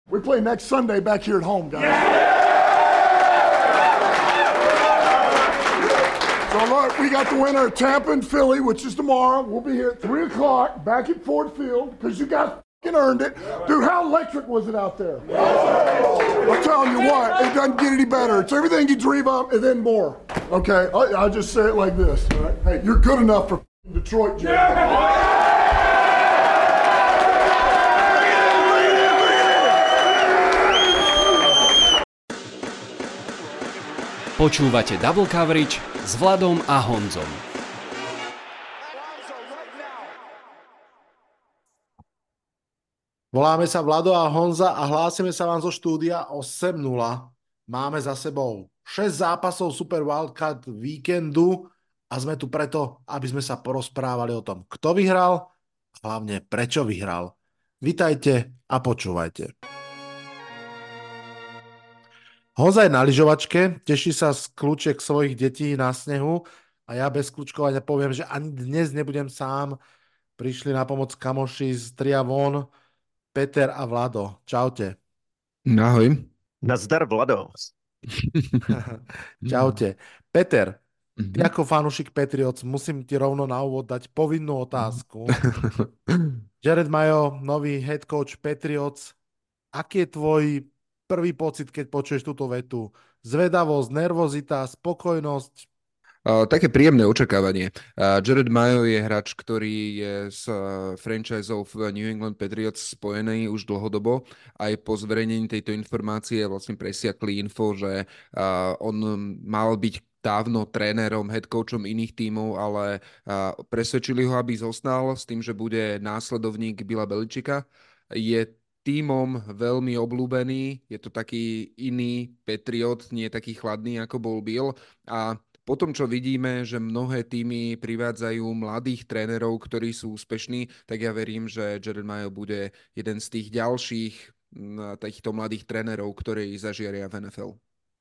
We play next Sunday back here at home, guys. So look, we got the winner of Tampa and Philly, which is tomorrow. We'll be here at 3 o'clock back at Ford Field because you guys earned it. Dude, how electric was it out there? I'm telling you what, it doesn't get any better. It's everything you dream up and then more. Okay, I'll just say it like this. Hey, you're good enough for Detroit, Jay. Počúvate Double Coverage s Vladom a Honzom. Voláme sa Vlado a Honza a hlásime sa vám zo štúdia 8:0. Máme za sebou 6 zápasov Super Wildcard víkendu a sme tu preto, aby sme sa porozprávali o tom, kto vyhral a hlavne prečo vyhral. Vitajte a počúvajte. Honza je na lyžovačke, teší sa z kľúčiek svojich detí na snehu a ja bez kľúčkovania poviem, že ani dnes nebudem sám. Prišli na pomoc kamoši z Tria Von, Peter a Vlado. Čaute. Ahoj. Nazdar, Vlado. Čaute. Peter, ty ako fanúšik Patriots musím ti rovno na úvod dať povinnú otázku. Jared Mayo, nový head coach Patriots. Aký je tvoj prvý pocit, keď počuješ túto vetu? Zvedavosť, nervozita, spokojnosť? Také príjemné očakávanie. Jared Mayo je hráč, ktorý je s franchiseou v New England Patriots spojený už dlhodobo. Aj po zverejnení tejto informácie vlastne presiakli info, že on mal byť dávno trénerom, head coachom iných tímov, ale presvedčili ho, aby zostal s tým, že bude následovník Billa Beličika. Je tímom veľmi obľúbený, je to taký iný Patriot, nie taký chladný, ako bol Bill. A potom, čo vidíme, že mnohé tímy privádzajú mladých trénerov, ktorí sú úspešní, tak ja verím, že Jared Mayo bude jeden z tých ďalších týchto mladých trénerov, ktorí zažiaria v NFL.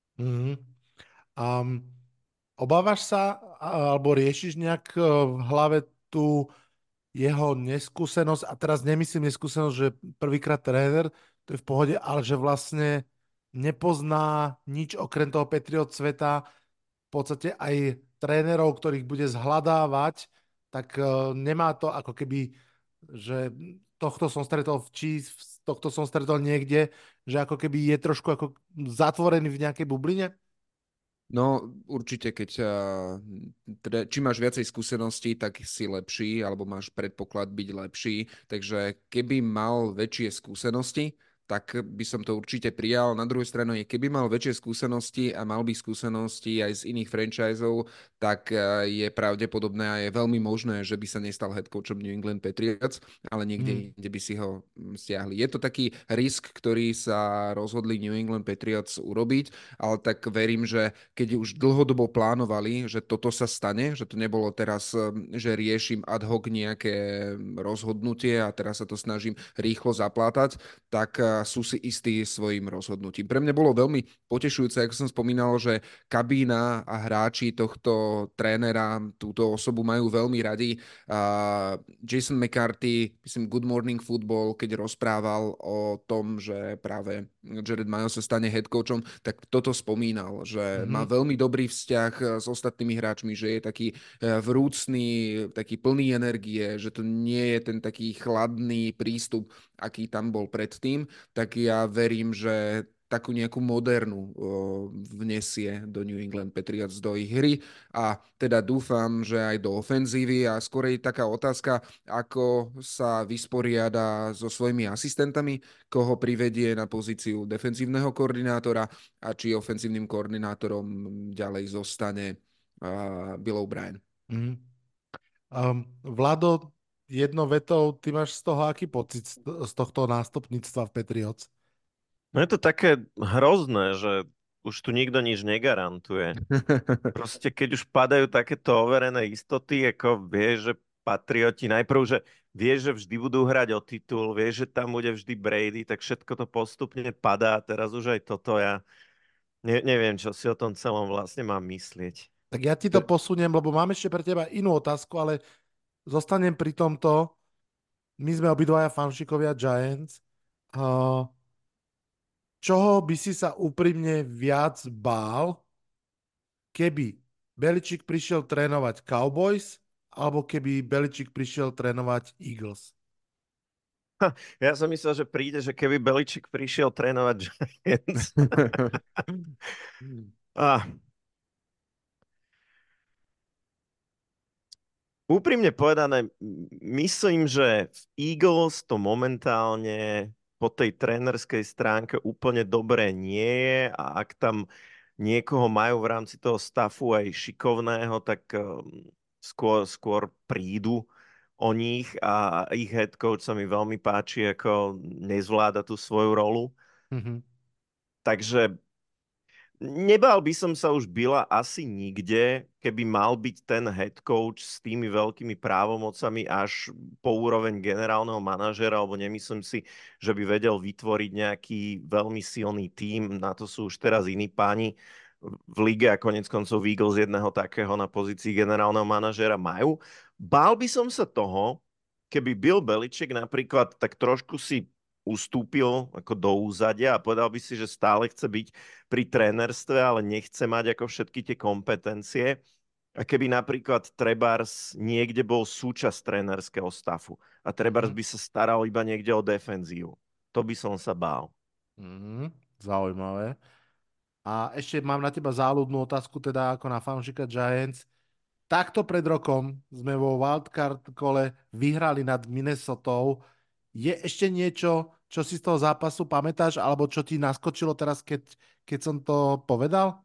Obávaš sa, alebo riešiš nejak v hlave tú jeho neskúsenosť, a teraz nemyslím neskúsenosť, že prvýkrát tréner, to je v pohode, ale že vlastne nepozná nič okrem toho Patriot sveta, v podstate aj trénerov, ktorých bude zhľadávať, tak nemá to ako keby, že tohto som stretol v Chiefs, tohto som stretol niekde, že ako keby je trošku ako zatvorený v nejakej bubline? No určite, čím máš viacej skúseností, tak si lepší, alebo máš predpoklad byť lepší. Takže keby mal väčšie skúsenosti, tak by som to určite prijal. Na druhej strane, keby mal väčšie skúsenosti a mal by skúsenosti aj z iných franchiseov, tak je pravdepodobné a je veľmi možné, že by sa nestal head coachom New England Patriots, ale niekde inde by si ho stiahli. Je to taký risk, ktorý sa rozhodli New England Patriots urobiť, ale tak verím, že keď už dlhodobo plánovali, že toto sa stane, že to nebolo teraz, že riešim ad hoc nejaké rozhodnutie a teraz sa to snažím rýchlo zaplátať, tak sú si istí svojim rozhodnutím. Pre mňa bolo veľmi potešujúce, ako som spomínal, že kabína a hráči tohto trénera, túto osobu majú veľmi radi. Jason McCarthy, myslím Good Morning Football, keď rozprával o tom, že práve Jared Mayo sa stane head coachom, tak toto spomínal, že má veľmi dobrý vzťah s ostatnými hráčmi, že je taký vrúcný, taký plný energie, že to nie je ten taký chladný prístup, aký tam bol predtým, tak ja verím, že takú nejakú modernú vnesie do New England Patriots do ich hry a teda dúfam, že aj do ofenzívy a skorej taká otázka, ako sa vysporiada so svojimi asistentami, koho privedie na pozíciu defenzívneho koordinátora a či ofenzívnym koordinátorom ďalej zostane Bill O'Brien. Vlado, jednou vetou, ty máš z toho aký pocit z tohto nástupníctva v Patriots? No je to také hrozné, že už tu nikto nič negarantuje. Proste keď už padajú takéto overené istoty, ako vieš, že Patrioti najprv, že vieš, že vždy budú hrať o titul, vieš, že tam bude vždy Brady, tak všetko to postupne padá a teraz už aj toto ja neviem, čo si o tom celom vlastne mám myslieť. Tak ja ti to posuniem, lebo mám ešte pre teba inú otázku, ale zostanem pri tomto. My sme obidvaja fanšikovia Giants. čoho by si sa úprimne viac bál, keby Beličík prišiel trénovať Cowboys, alebo keby Beličík prišiel trénovať Eagles? Ja som myslel, že príde, že keby Beličík prišiel trénovať Giants. Ah, úprimne povedané, myslím, že v Eagles to momentálne po tej trénerskej stránke úplne dobré nie je a ak tam niekoho majú v rámci toho staffu aj šikovného, tak skôr prídu o nich a ich head coach sa mi veľmi páči, ako nezvláda tú svoju rolu. Mhm. Takže nebál by som sa už Billa asi nikde, keby mal byť ten head coach s tými veľkými právomocami až po úroveň generálneho manažera, alebo nemyslím si, že by vedel vytvoriť nejaký veľmi silný tím. Na to sú už teraz iní páni v lige a konec koncov Eagles jedného takého na pozícii generálneho manažera majú. Bál by som sa toho, keby Bill Belichick napríklad tak trošku si ustúpil ako do úzadia a povedal by si, že stále chce byť pri trénerstve, ale nechce mať ako všetky tie kompetencie. A keby napríklad Trebárs niekde bol súčasť trénerského stafu a Trebárs by sa staral iba niekde o defenzívu, to by som sa bál. Zaujímavé. A ešte mám na teba záľudnú otázku, teda ako na fanšika Giants. Takto pred rokom sme vo wildcard kole vyhrali nad Minnesotou. Je ešte niečo, čo si z toho zápasu pamätáš, alebo čo ti naskočilo teraz, keď som to povedal?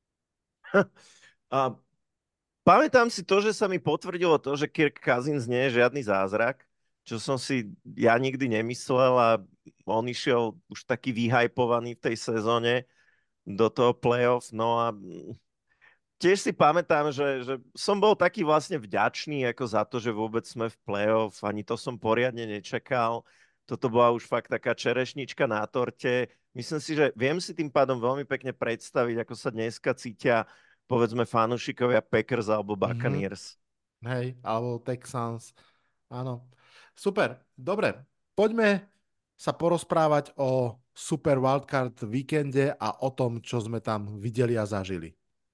A pamätám si to, že sa mi potvrdilo to, že Kirk Cousins nie je žiadny zázrak, čo som si ja nikdy nemyslel a on išiel už taký vyhajpovaný v tej sezóne do toho playoff. No a tiež si pamätám, že som bol taký vlastne vďačný ako za to, že vôbec sme v playoff. Ani to som poriadne nečakal. Toto bola už fakt taká čerešnička na torte. Myslím si, že viem si tým pádom veľmi pekne predstaviť, ako sa dneska cítia povedzme fanúšikovia Packers alebo Buccaneers. Hej, alebo Texans. Áno. Super, dobre. Poďme sa porozprávať o Super Wildcard víkende a o tom, čo sme tam videli a zažili.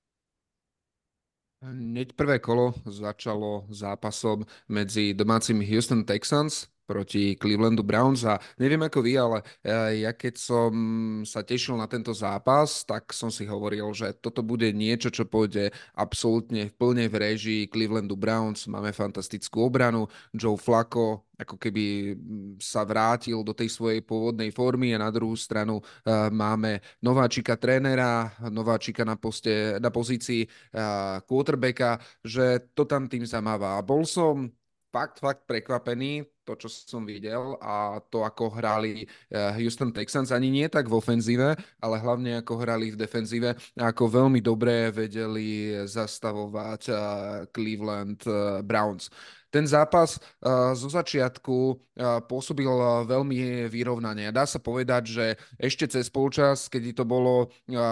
Hneď prvé kolo začalo zápasom medzi domácimi Houston Texans proti Clevelandu Browns a neviem ako vy, ale ja keď som sa tešil na tento zápas, tak som si hovoril, že toto bude niečo, čo pôjde absolútne v plnej v réžii Clevelandu Browns. Máme fantastickú obranu, Joe Flacco ako keby sa vrátil do tej svojej pôvodnej formy a na druhú stranu máme nováčika trénera, nováčika na pozícii quarterbacka, že to tam tým zamáva. A bol som fakt prekvapený, to, čo som videl a to, ako hrali Houston Texans, ani nie tak v ofenzíve, ale hlavne ako hrali v defenzíve a ako veľmi dobre vedeli zastavovať Cleveland Browns. Ten zápas zo začiatku pôsobil veľmi vyrovnane. Dá sa povedať, že ešte cez polčas, kedy to bolo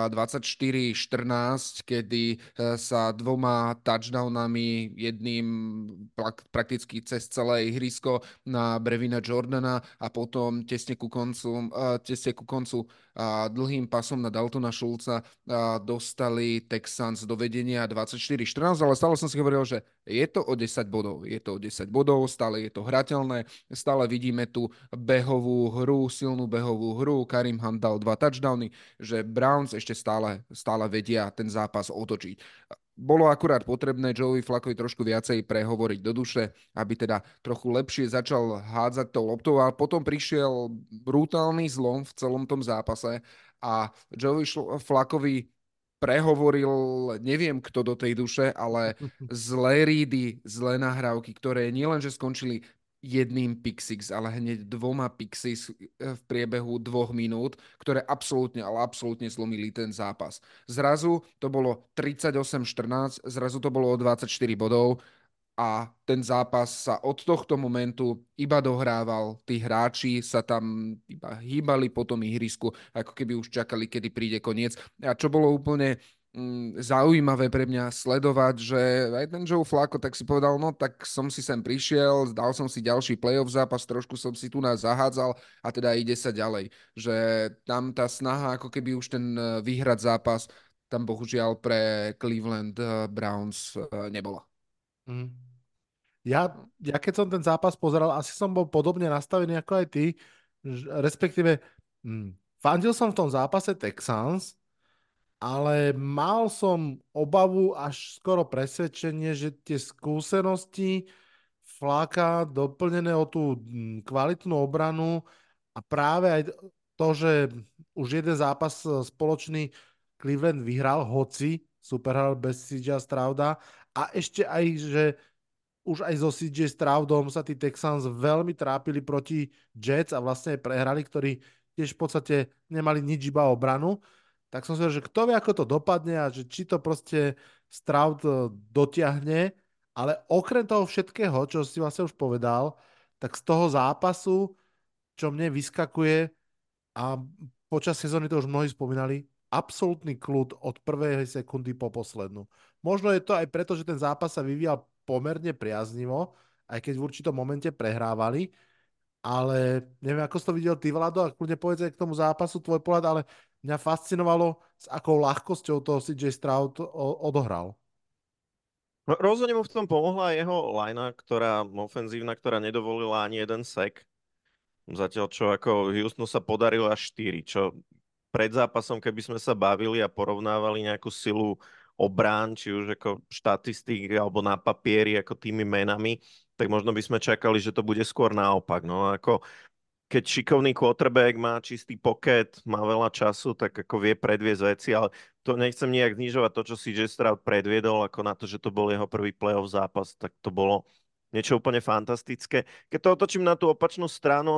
24-14, kedy sa dvoma touchdownami, jedným prakticky cez celé ihrisko na Brevina Jordana a potom tesne ku koncu dlhým pasom na Daltona Schulza dostali Texans do vedenia 24-14, ale stále som si hovoril, že je to o 10 bodov. Je to o 10 bodov, stále je to hrateľné, stále vidíme tú behovú hru, silnú behovú hru. Karim Hunt dal 2 touchdowny, že Browns ešte stále vedia ten zápas otočiť. Bolo akurát potrebné Joey Flaccovi trošku viacej prehovoriť do duše, aby teda trochu lepšie začal hádzať tou loptou a potom prišiel brutálny zlom v celom tom zápase a Joey Flaccovi prehovoril, neviem kto do tej duše, ale zlé ready, zlé nahrávky, ktoré nielenže skončili jedným pick six, ale hneď 2 pick six v priebehu 2 minút, ktoré ale absolútne zlomili ten zápas. Zrazu to bolo 38-14, zrazu to bolo o 24 bodov a ten zápas sa od tohto momentu iba dohrával. Tí hráči sa tam iba hýbali po tom ihrisku, ako keby už čakali, kedy príde koniec. A čo bolo úplne zaujímavé pre mňa sledovať, že aj ten Joe Flacco tak si povedal, no tak som si sem prišiel, dal som si ďalší playoff zápas, trošku som si tu nás zahádzal a teda ide sa ďalej. Že tam tá snaha, ako keby už ten vyhrať zápas, tam bohužiaľ pre Cleveland Browns nebola. Mhm. Ja keď som ten zápas pozeral, asi som bol podobne nastavený ako aj ty, respektíve fandil som v tom zápase Texans, ale mal som obavu až skoro presvedčenie, že tie skúsenosti Fláka doplnené o tú kvalitnú obranu a práve aj to, že už jeden zápas spoločný Cleveland vyhral, hoci superhral bez CJ Strouda a ešte aj, že už aj so CJ Stroudom sa tí Texans veľmi trápili proti Jets a vlastne aj prehrali, ktorí tiež v podstate nemali nič iba obranu. Tak som si hovoril, že kto vie, ako to dopadne a že či to proste Stroud dotiahne, ale okrem toho všetkého, čo si vlastne už povedal, tak z toho zápasu, čo mne vyskakuje a počas sezóny to už mnohí spomínali, absolútny kľud od prvej sekundy po poslednú. Možno je to aj preto, že ten zápas sa vyvíjal pomerne priaznivo, aj keď v určitom momente prehrávali, ale neviem, ako si to videl ty, Vlado, a kľudne povedz aj k tomu zápasu tvoj pohľad, ale mňa fascinovalo, s akou ľahkosťou to CJ Stroud odohral. No, rozhodne mu v tom pomohla jeho linea, ofenzívna, ktorá nedovolila ani jeden sack. Zatiaľ čo ako Houstonu sa podarilo až 4, čo pred zápasom, keby sme sa bavili a porovnávali nejakú silu obrán, či už ako štatistík alebo na papieri, ako tými menami, tak možno by sme čakali, že to bude skôr naopak. No ako keď šikovný quarterback má čistý pocket, má veľa času, tak ako vie predviesť veci, ale to nechcem nejak znižovať to, čo CJ Stroud predviedol, ako na to, že to bol jeho prvý playoff zápas, tak to bolo niečo úplne fantastické. Keď to otočím na tú opačnú stranu,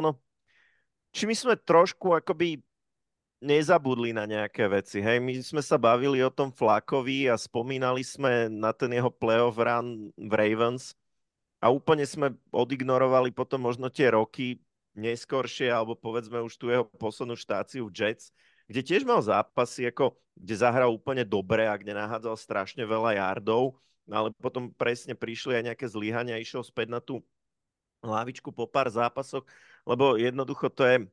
či my sme trošku akoby nezabudli na nejaké veci. Hej, my sme sa bavili o tom Flakovi a spomínali sme na ten jeho playoff run v Ravens a úplne sme odignorovali potom možno tie roky neskoršie, alebo povedzme už tu jeho poslednú štáciu v Jets, kde tiež mal zápasy, kde zahral úplne dobre a kde nahádzal strašne veľa yardov, ale potom presne prišli aj nejaké zlyhania, išiel späť na tú lavičku po pár zápasoch, lebo jednoducho to je,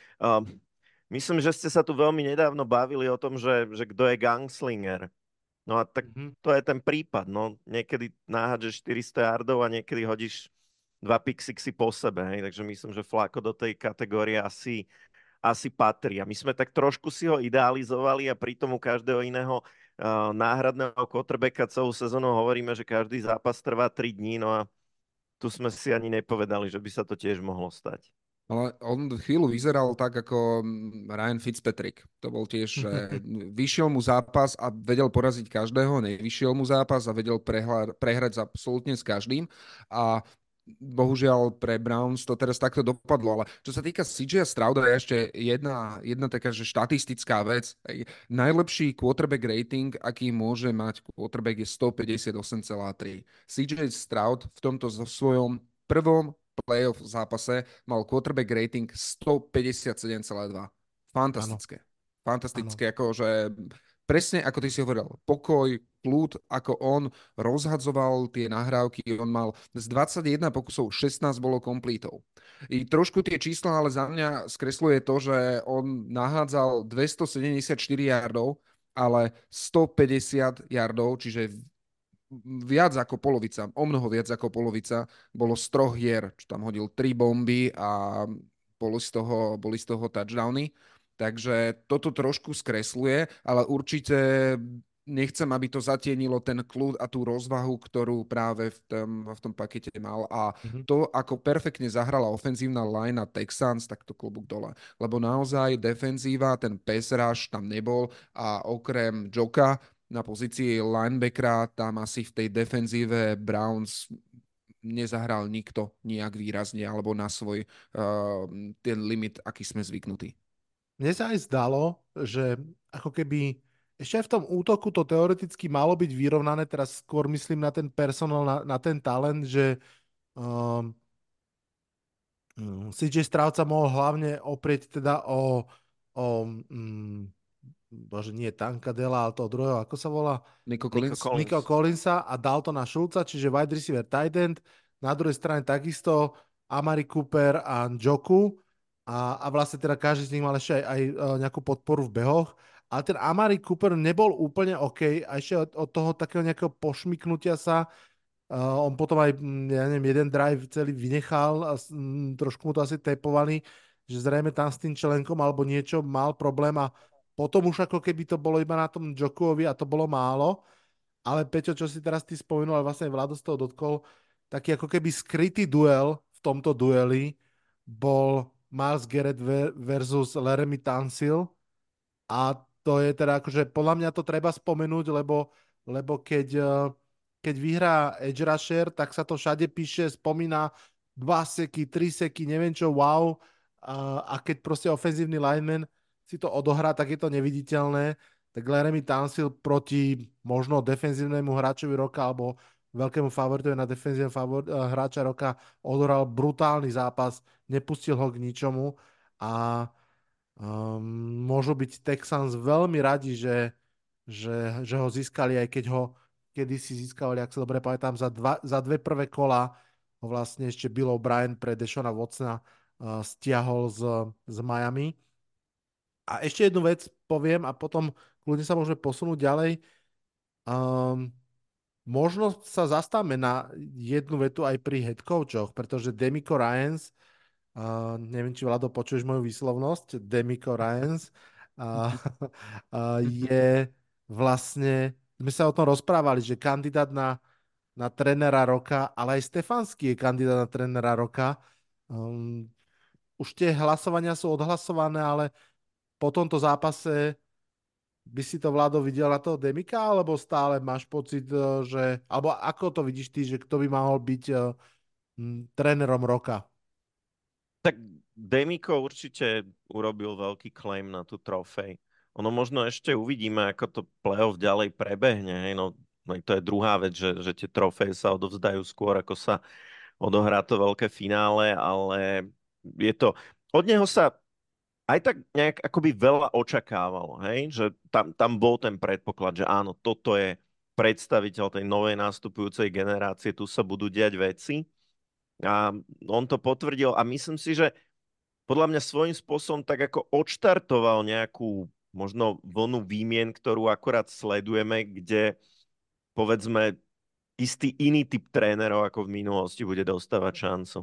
myslím, že ste sa tu veľmi nedávno bavili o tom, že kto je gunslinger. No a tak to je ten prípad. No, niekedy náhadžeš 400 yardov a niekedy hodíš 2 pick-sixy po sebe. Hej. Takže myslím, že Flacco do tej kategórie asi patrí. A my sme tak trošku si ho idealizovali a pritom u každého iného náhradného quarterbacka celú sezónu hovoríme, že každý zápas trvá 3 dní. No a tu sme si ani nepovedali, že by sa to tiež mohlo stať. Ale on chvíľu vyzeral tak ako Ryan Fitzpatrick. To bol tiež, že vyšiel mu zápas a vedel poraziť každého, nevyšiel mu zápas a vedel prehrať absolútne s každým. A bohužiaľ pre Browns to teraz takto dopadlo, ale čo sa týka CJ Strouda, je ešte jedna taká, že štatistická vec. Najlepší quarterback rating, aký môže mať quarterback, je 158,3. CJ Stroud v tomto svojom prvom playoff zápase mal quarterback rating 157,2. Fantastické. Áno. Fantastické, akože presne ako ty si hovoril, pokoj, kľud, ako on rozhadzoval tie nahrávky, on mal z 21 pokusov 16 bolo komplítov. I trošku tie čísla ale za mňa skresluje to, že on nahádzal 274 yardov, ale 150 yardov, čiže viac ako polovica, o mnoho viac ako polovica, bolo z 3 hier, čo tam hodil 3 bomby a boli z toho touchdowny. Takže toto trošku skresluje, ale určite nechcem, aby to zatienilo ten kľud a tú rozvahu, ktorú práve v tom pakete mal. A to, ako perfektne zahrala ofenzívna line Texans, tak to klobúk dole. Lebo naozaj defenzíva, ten pass rush tam nebol a okrem Joka na pozícii linebackera tam asi v tej defenzíve Browns nezahral nikto nejak výrazne alebo na svoj ten limit, aký sme zvyknutí. Mne sa aj zdalo, že ako keby ešte aj v tom útoku to teoreticky malo byť vyrovnané, teraz skôr myslím na ten personál, na ten talent, že CJ Stroud sa mohol hlavne oprieť teda o bože, nie Tankadela, ale toho druhého, ako sa volá? Nico Nico Collins. Collins. Nico Collinsa a dal to na Schulza, čiže wide receiver tight end. Na druhej strane takisto Amari Cooper a Njoku. A vlastne teda každý z nich mal ešte aj nejakú podporu v behoch. Ale ten Amari Cooper nebol úplne OK. A ešte od toho takého nejakého pošmyknutia sa on potom aj, ja neviem, jeden drive celý vynechal a trošku mu to asi tapovali, že zrejme tam s tým členkom alebo niečo mal problém a potom už ako keby to bolo iba na tom Djokovi a to bolo málo. Ale Peťo, čo si teraz ty spomenul, a vlastne Vlado z toho dotkol, taký ako keby skrytý duel v tomto dueli bol Miles Garrett versus Laramie Tunsil a to je teda akože podľa mňa to treba spomenúť, lebo keď vyhrá edge rusher, tak sa to všade píše, spomína 2 seky, 3 seky, neviem čo, wow. A keď proste ofenzívny lineman si to odohrá, tak je to neviditeľné. Tak Laramie Tunsil proti možno defenzívnemu hráčovi roka alebo veľkému favoritovi na defenzívneho hráča roka odohral brutálny zápas, nepustil ho k ničomu a môžu byť Texans veľmi radi, že ho získali, aj keď ho kedysi získali, ak sa dobre pamätám, za dve prvé kola ho vlastne ešte Bill O'Brien pre Deshona Watsona stiahol z Miami. A ešte jednu vec poviem a potom kľudne sa môžeme posunúť ďalej. Možno sa zastavme na jednu vetu aj pri head coachoch, pretože Demico Ryans, neviem, či Vlado počuješ moju výslovnosť, Demico Ryans, je vlastne, sme sa o tom rozprávali, že kandidát na trénera roka, ale aj Stefanský je kandidát na trénera roka. Už tie hlasovania sú odhlasované, ale po tomto zápase by si to, Vlado, videl na toho Demika, alebo stále máš pocit, že, alebo ako to vidíš ty, že kto by mohol byť trénerom roka? Tak Demiko určite urobil veľký claim na tú trofej. Ono možno ešte uvidíme, ako to playoff ďalej prebehne. Hej. No to je druhá vec, že tie trofeje sa odovzdajú skôr, ako sa odohrá to veľké finále, ale je to... Od neho sa aj tak nejak akoby veľa očakávalo, hej? Že tam bol ten predpoklad, že áno, toto je predstaviteľ tej novej nastupujúcej generácie, tu sa budú diať veci. A on to potvrdil a myslím si, že podľa mňa svojím spôsobom tak ako odštartoval nejakú možno vlnu výmien, ktorú akorát sledujeme, kde povedzme istý iný typ trénerov ako v minulosti bude dostávať šancu.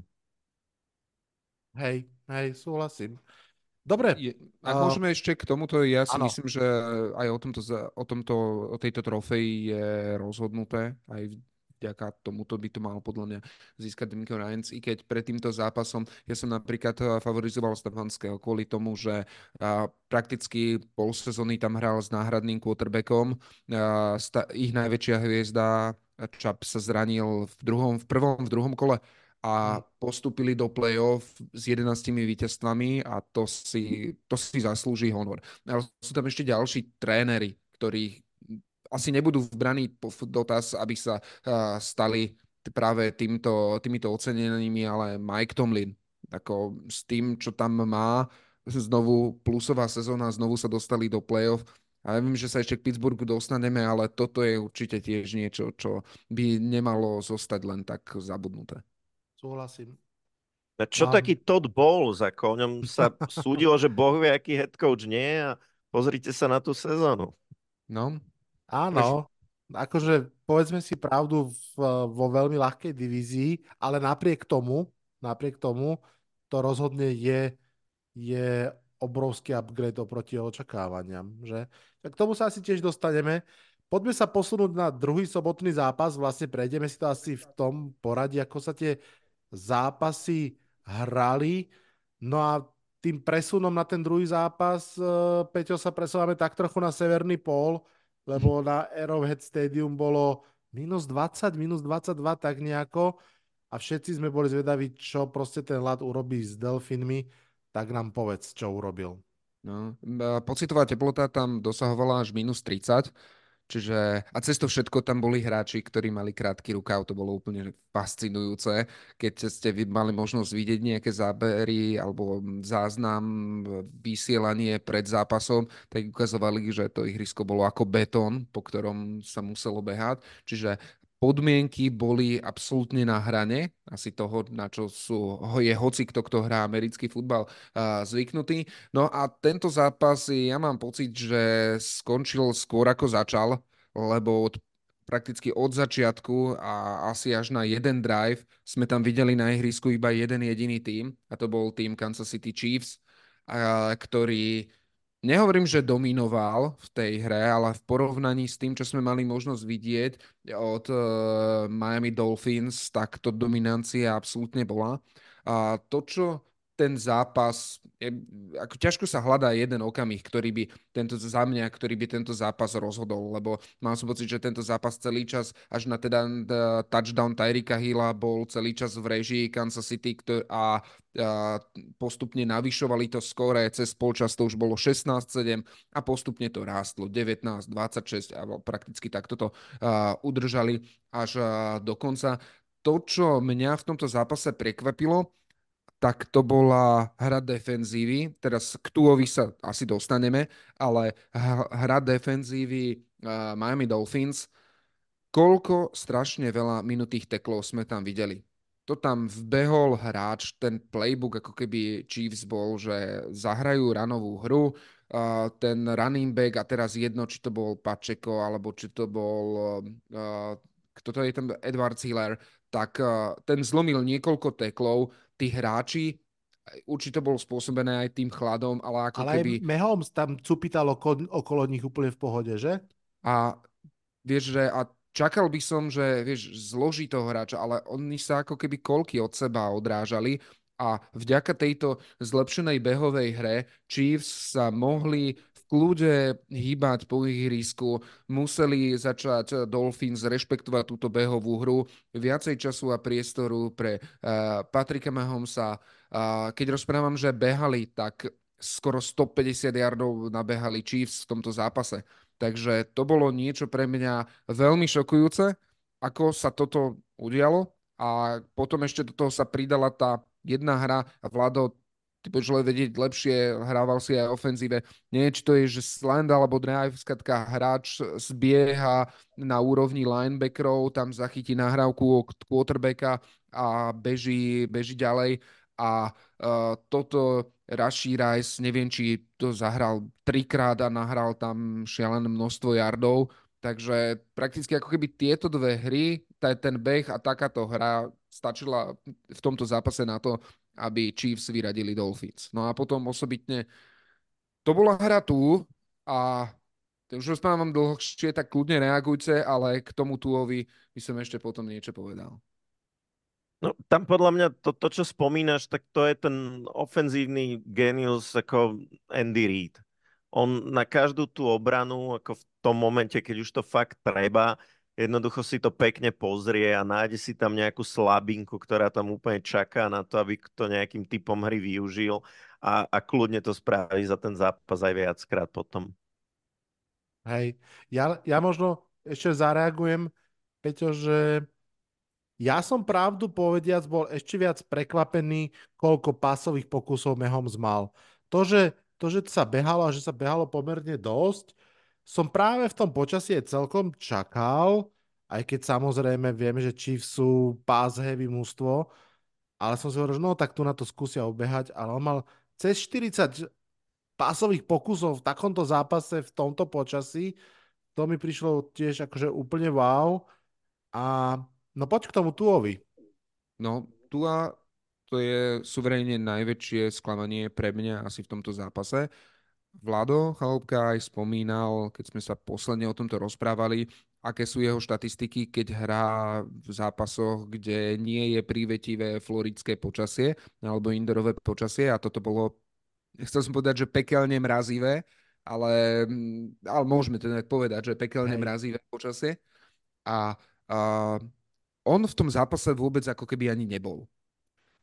Hej, súhlasím. Dobre. Ak môžeme ešte k tomuto, ja si áno. myslím, že aj o tejto trofeji je rozhodnuté, aj vďaka tomuto by to mal podľa mňa získať Demico Ryans, i keď pred týmto zápasom ja som napríklad favorizoval Stefanského kvôli tomu, že prakticky pol sezóny tam hral s náhradným quarterbackom, ich najväčšia hviezda Chubb sa zranil v druhom kole a postúpili do play-off s 11 víťazstvami a to si zaslúži honor. Ale sú tam ešte ďalší tréneri, ktorí asi nebudú vbraní v dotaz, aby sa stali práve týmito ocenenými, ale Mike Tomlin, ako s tým, čo tam má, znovu plusová sezóna, znovu sa dostali do play-off. A ja viem, že sa ešte k Pittsburghu dostaneme, ale toto je určite tiež niečo, čo by nemalo zostať len tak zabudnuté. Súhlasím. A čo taký Todd Bowles, ako o ňom sa súdilo, že boh vie, aký head coach nie je a pozrite sa na tú sezónu. No. Áno, akože povedzme si pravdu vo veľmi ľahkej divízii, ale napriek tomu to rozhodne je obrovský upgrade oproti očakávaniam, že? Tak k tomu sa asi tiež dostaneme. Poďme sa posunúť na druhý sobotný zápas, vlastne prejdeme si to asi v tom poradí, ako sa tie zápasy hrali. No a tým presunom na ten druhý zápas, Peťo, sa presúvame tak trochu na severný pól, lebo na Arrowhead Stadium bolo -20, -22, tak nejako. A všetci sme boli zvedaví, čo proste ten ľad urobí s Delfinmi. Tak nám povedz, čo urobil. No, pocitová teplota tam dosahovala až -30, Čiže, a cez to všetko tam boli hráči, ktorí mali krátky rukav, to bolo úplne fascinujúce. Keď ste vy mali možnosť vidieť nejaké zábery alebo záznam, vysielanie pred zápasom, tak ukazovali, že to ihrisko bolo ako betón, po ktorom sa muselo behať. Čiže podmienky boli absolútne na hrane, asi toho, na čo je hoci kto hrá americký futbal zvyknutý. No a tento zápas, ja mám pocit, že skončil skôr ako začal, lebo prakticky od začiatku a asi až na jeden drive sme tam videli na ihrisku iba jeden jediný tím, a to bol tím Kansas City Chiefs, ktorý, nehovorím, že dominoval v tej hre, ale v porovnaní s tým, čo sme mali možnosť vidieť od Miami Dolphins, tak to dominancia absolútne bola. A to, čo ten zápas, ako ťažko sa hľadá jeden okamih, za mňa, ktorý by tento zápas rozhodol, lebo mám som pocit, že tento zápas celý čas, až na teda touchdown Tyrika Hilla bol celý čas v režii Kansas City a postupne navyšovali to skóre, cez polčas to už bolo 16-7 a postupne to rástlo 19-26 a prakticky takto to udržali až do konca. To, čo mňa v tomto zápase prekvapilo, tak to bola hra defenzívy. Teraz k Tuovi sa asi dostaneme, ale hra defenzívy Miami Dolphins, koľko strašne veľa minutých teklov sme tam videli. To tam vbehol hráč, ten playbook, ako keby Chiefs bol, že zahrajú ranovú hru, ten running back, a teraz jedno, či to bol Pacheco, alebo či to bol kto to je ten Edward Hiller, tak ten zlomil niekoľko teklov, tí hráči, určite bolo spôsobené aj tým chladom, ale ako Ale aj keby... Mahomes tam cupital okolo nich úplne v pohode, že? A vieš, že a čakal by som, že vieš, zloží toho hráča, ale oni sa ako keby koľky od seba odrážali a vďaka tejto zlepšenej behovej hre Chiefs sa mohli v kľude hýbať po ihrisku, museli začať Dolphins rešpektovať túto behovú hru, viacej času a priestoru pre Patricka Mahomesa. Keď rozprávam, že behali, tak skoro 150 yardov nabehali Chiefs v tomto zápase. Takže to bolo niečo pre mňa veľmi šokujúce, ako sa toto udialo. A potom ešte do toho sa pridala tá jedna hra a Vlado, ty budeš vedieť lepšie, hrával si aj ofenzíve. Nie, či to je, že slant alebo drive, skratka hráč zbieha na úrovni linebackerov, tam zachytí nahrávku od quarterbacka a beží ďalej. A toto Rashee Rice, neviem, či to zahral trikrát a nahral tam šialené množstvo yardov. Takže prakticky ako keby tieto dve hry, ten beh a takáto hra stačila v tomto zápase na to, aby Chiefs vyradili Dolphins. No a potom osobitne to bola hra tu a už rozprávam dlhšie, tak kľudne reagujte, ale k tomu Tuovi by som ešte potom niečo povedal. No, tam podľa mňa čo spomínaš, tak to je ten ofenzívny genius ako Andy Reid. On na každú tú obranu, ako v tom momente, keď už to fakt treba, jednoducho si to pekne pozrie a nájde si tam nejakú slabinku, ktorá tam úplne čaká na to, aby to nejakým typom hry využil a kľudne to spraví za ten zápas aj viackrát potom. Hej, ja možno ešte zareagujem, Peťo, že ja som pravdu povediac bol ešte viac prekvapený, koľko pasových pokusov Mahomes mal. To, že sa behalo a že sa behalo pomerne dosť, som práve v tom počasí celkom čakal, aj keď samozrejme vieme, že Chiefs sú pass heavy mužstvo, ale som si hovoril, že no tak tu na to skúsia obehať, ale on mal cez 40 pásových pokusov v takomto zápase, v tomto počasí, to mi prišlo tiež akože úplne wow. A no poď k tomu Tuovi. No, Tua, to je suverénne najväčšie sklamanie pre mňa asi v tomto zápase. Vlado Chalúbka aj spomínal, keď sme sa posledne o tomto rozprávali, aké sú jeho štatistiky, keď hrá v zápasoch, kde nie je prívetivé floridské počasie alebo indorové počasie, a toto bolo, chcel som povedať, že pekelne mrazivé, ale môžeme teda povedať, že pekelne Hej. mrazivé počasie. A on v tom zápase vôbec ako keby ani nebol.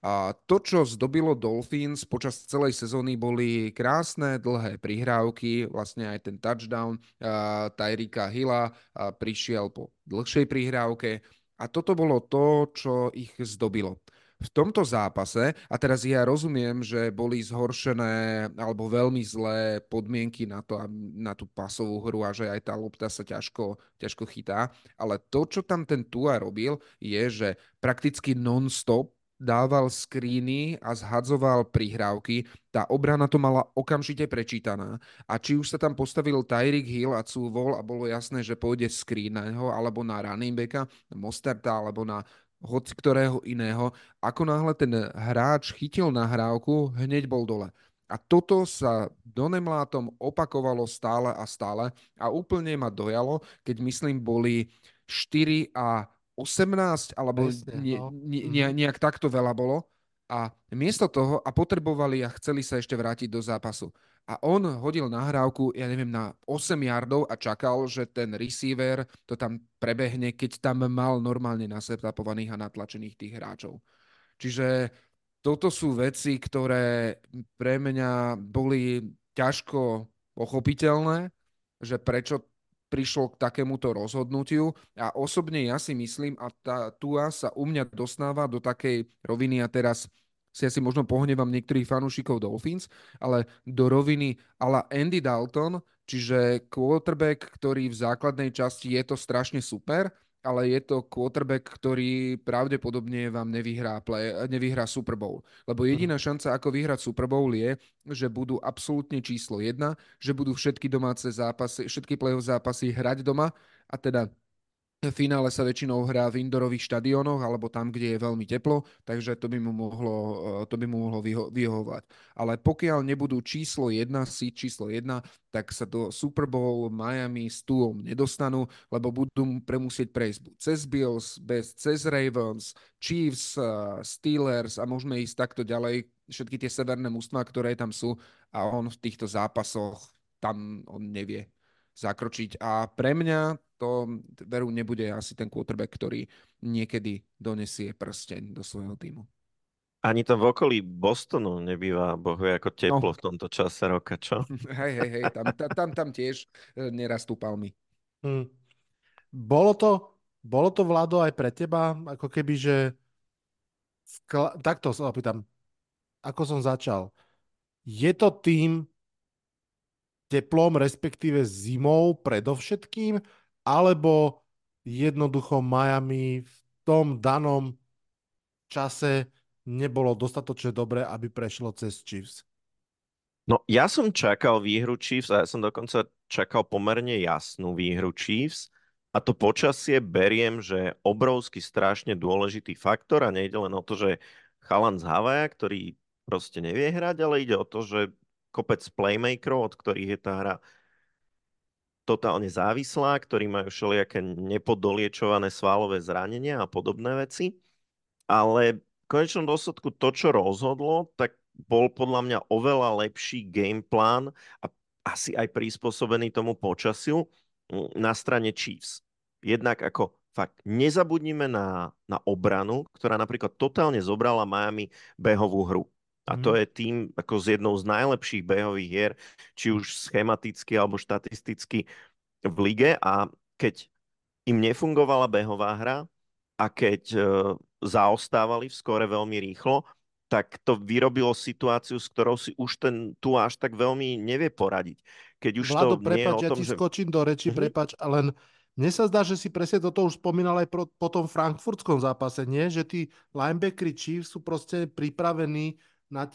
A to, čo zdobilo Dolphins počas celej sezóny, boli krásne dlhé prihrávky, vlastne aj ten touchdown Tyreka Hilla prišiel po dlhšej prihrávke a toto bolo to, čo ich zdobilo. V tomto zápase, a teraz ja rozumiem, že boli zhoršené alebo veľmi zlé podmienky na tú pasovú hru a že aj tá lopta sa ťažko chytá, ale to, čo tam ten Tua robil, je, že prakticky non-stop dával screeny a zhadzoval prihrávky. Tá obrana to mala okamžite prečítaná. A či už sa tam postavil Tyreek Hill a cúvol a bolo jasné, že pôjde screen na neho, alebo na running backa, Mostarta, alebo na hoci ktorého iného, ako náhle ten hráč chytil nahrávku, hneď bol dole. A toto sa donemlátom opakovalo stále a stále a úplne ma dojalo, keď myslím boli 4 a 18 alebo Presne, no. nejak takto veľa bolo a miesto toho a potrebovali a chceli sa ešte vrátiť do zápasu. A on hodil nahrávku, ja neviem, na 8 yardov a čakal, že ten receiver to tam prebehne, keď tam mal normálne nasetapovaných a natlačených tých hráčov. Čiže toto sú veci, ktoré pre mňa boli ťažko pochopiteľné, že prečo prišlo k takémuto rozhodnutiu a osobne ja si myslím, a tá Tua sa u mňa dostáva do takej roviny a teraz si asi možno pohnevam niektorých fanúšikov Dolphins, ale do roviny ala Andy Dalton, čiže quarterback, ktorý v základnej časti je to strašne super, ale je to quarterback, ktorý pravdepodobne vám nevyhrá Super Bowl. Lebo jediná šanca, ako vyhrať Super Bowl je, že budú absolútne číslo 1, že budú všetky domáce zápasy, všetky playoff zápasy hrať doma a teda v finále sa väčšinou hrá v indorových štadiónoch alebo tam, kde je veľmi teplo, takže to by mu mohlo vyhovovať. Ale pokiaľ nebudú číslo 1, číslo 1, tak sa do Super Bowl Miami s Tuom nedostanú, lebo budú premusieť prejsť buď cez Bills, cez Ravens, Chiefs, Steelers a môžeme ísť takto ďalej, všetky tie severné mužstvá, ktoré tam sú a on v týchto zápasoch tam on nevie zakročiť. A pre mňa to veru nebude asi ten quarterback, ktorý niekedy donesie prsteň do svojho týmu. Ani tam v okolí Bostonu nebýva bohuje ako teplo v tomto čase roka, čo? Hej, tam tiež nerastú palmy. Bolo to, Vlado, aj pre teba, ako keby, že takto sa opýtam, ako som začal. Je to tým teplom, respektíve zimou predovšetkým, alebo jednoducho Miami v tom danom čase nebolo dostatočne dobré, aby prešlo cez Chiefs? No, ja som čakal výhru Chiefs a ja som dokonca čakal pomerne jasnú výhru Chiefs a to počasie beriem, že obrovský strašne dôležitý faktor a nejde len o to, že chalan z Havaja, ktorý proste nevie hrať, ale ide o to, že kopec playmakerov, od ktorých je tá hra totálne závislá, ktorí majú všelijaké nepodoliečované svalové zranenia a podobné veci. Ale v konečnom dôsledku to, čo rozhodlo, tak bol podľa mňa oveľa lepší gameplán a asi aj prispôsobený tomu počasiu na strane Chiefs. Jednak ako fakt nezabudnime na obranu, ktorá napríklad totálne zobrala Miami behovú hru. A to je tým ako z jednou z najlepších behových hier, či už schematicky alebo štatisticky v lige. A keď im nefungovala behová hra a keď zaostávali v skore veľmi rýchlo, tak to vyrobilo situáciu, s ktorou si už ten tu až tak veľmi nevie poradiť. Keď už Vlado, to nie je o prepáč, tom, ja ti že... skočím do reči, prepáč, len mne sa zdá, že si presne toto už spomínal aj po tom frankfurtskom zápase, nie? Že tí linebackeri Chiefs sú proste pripravení na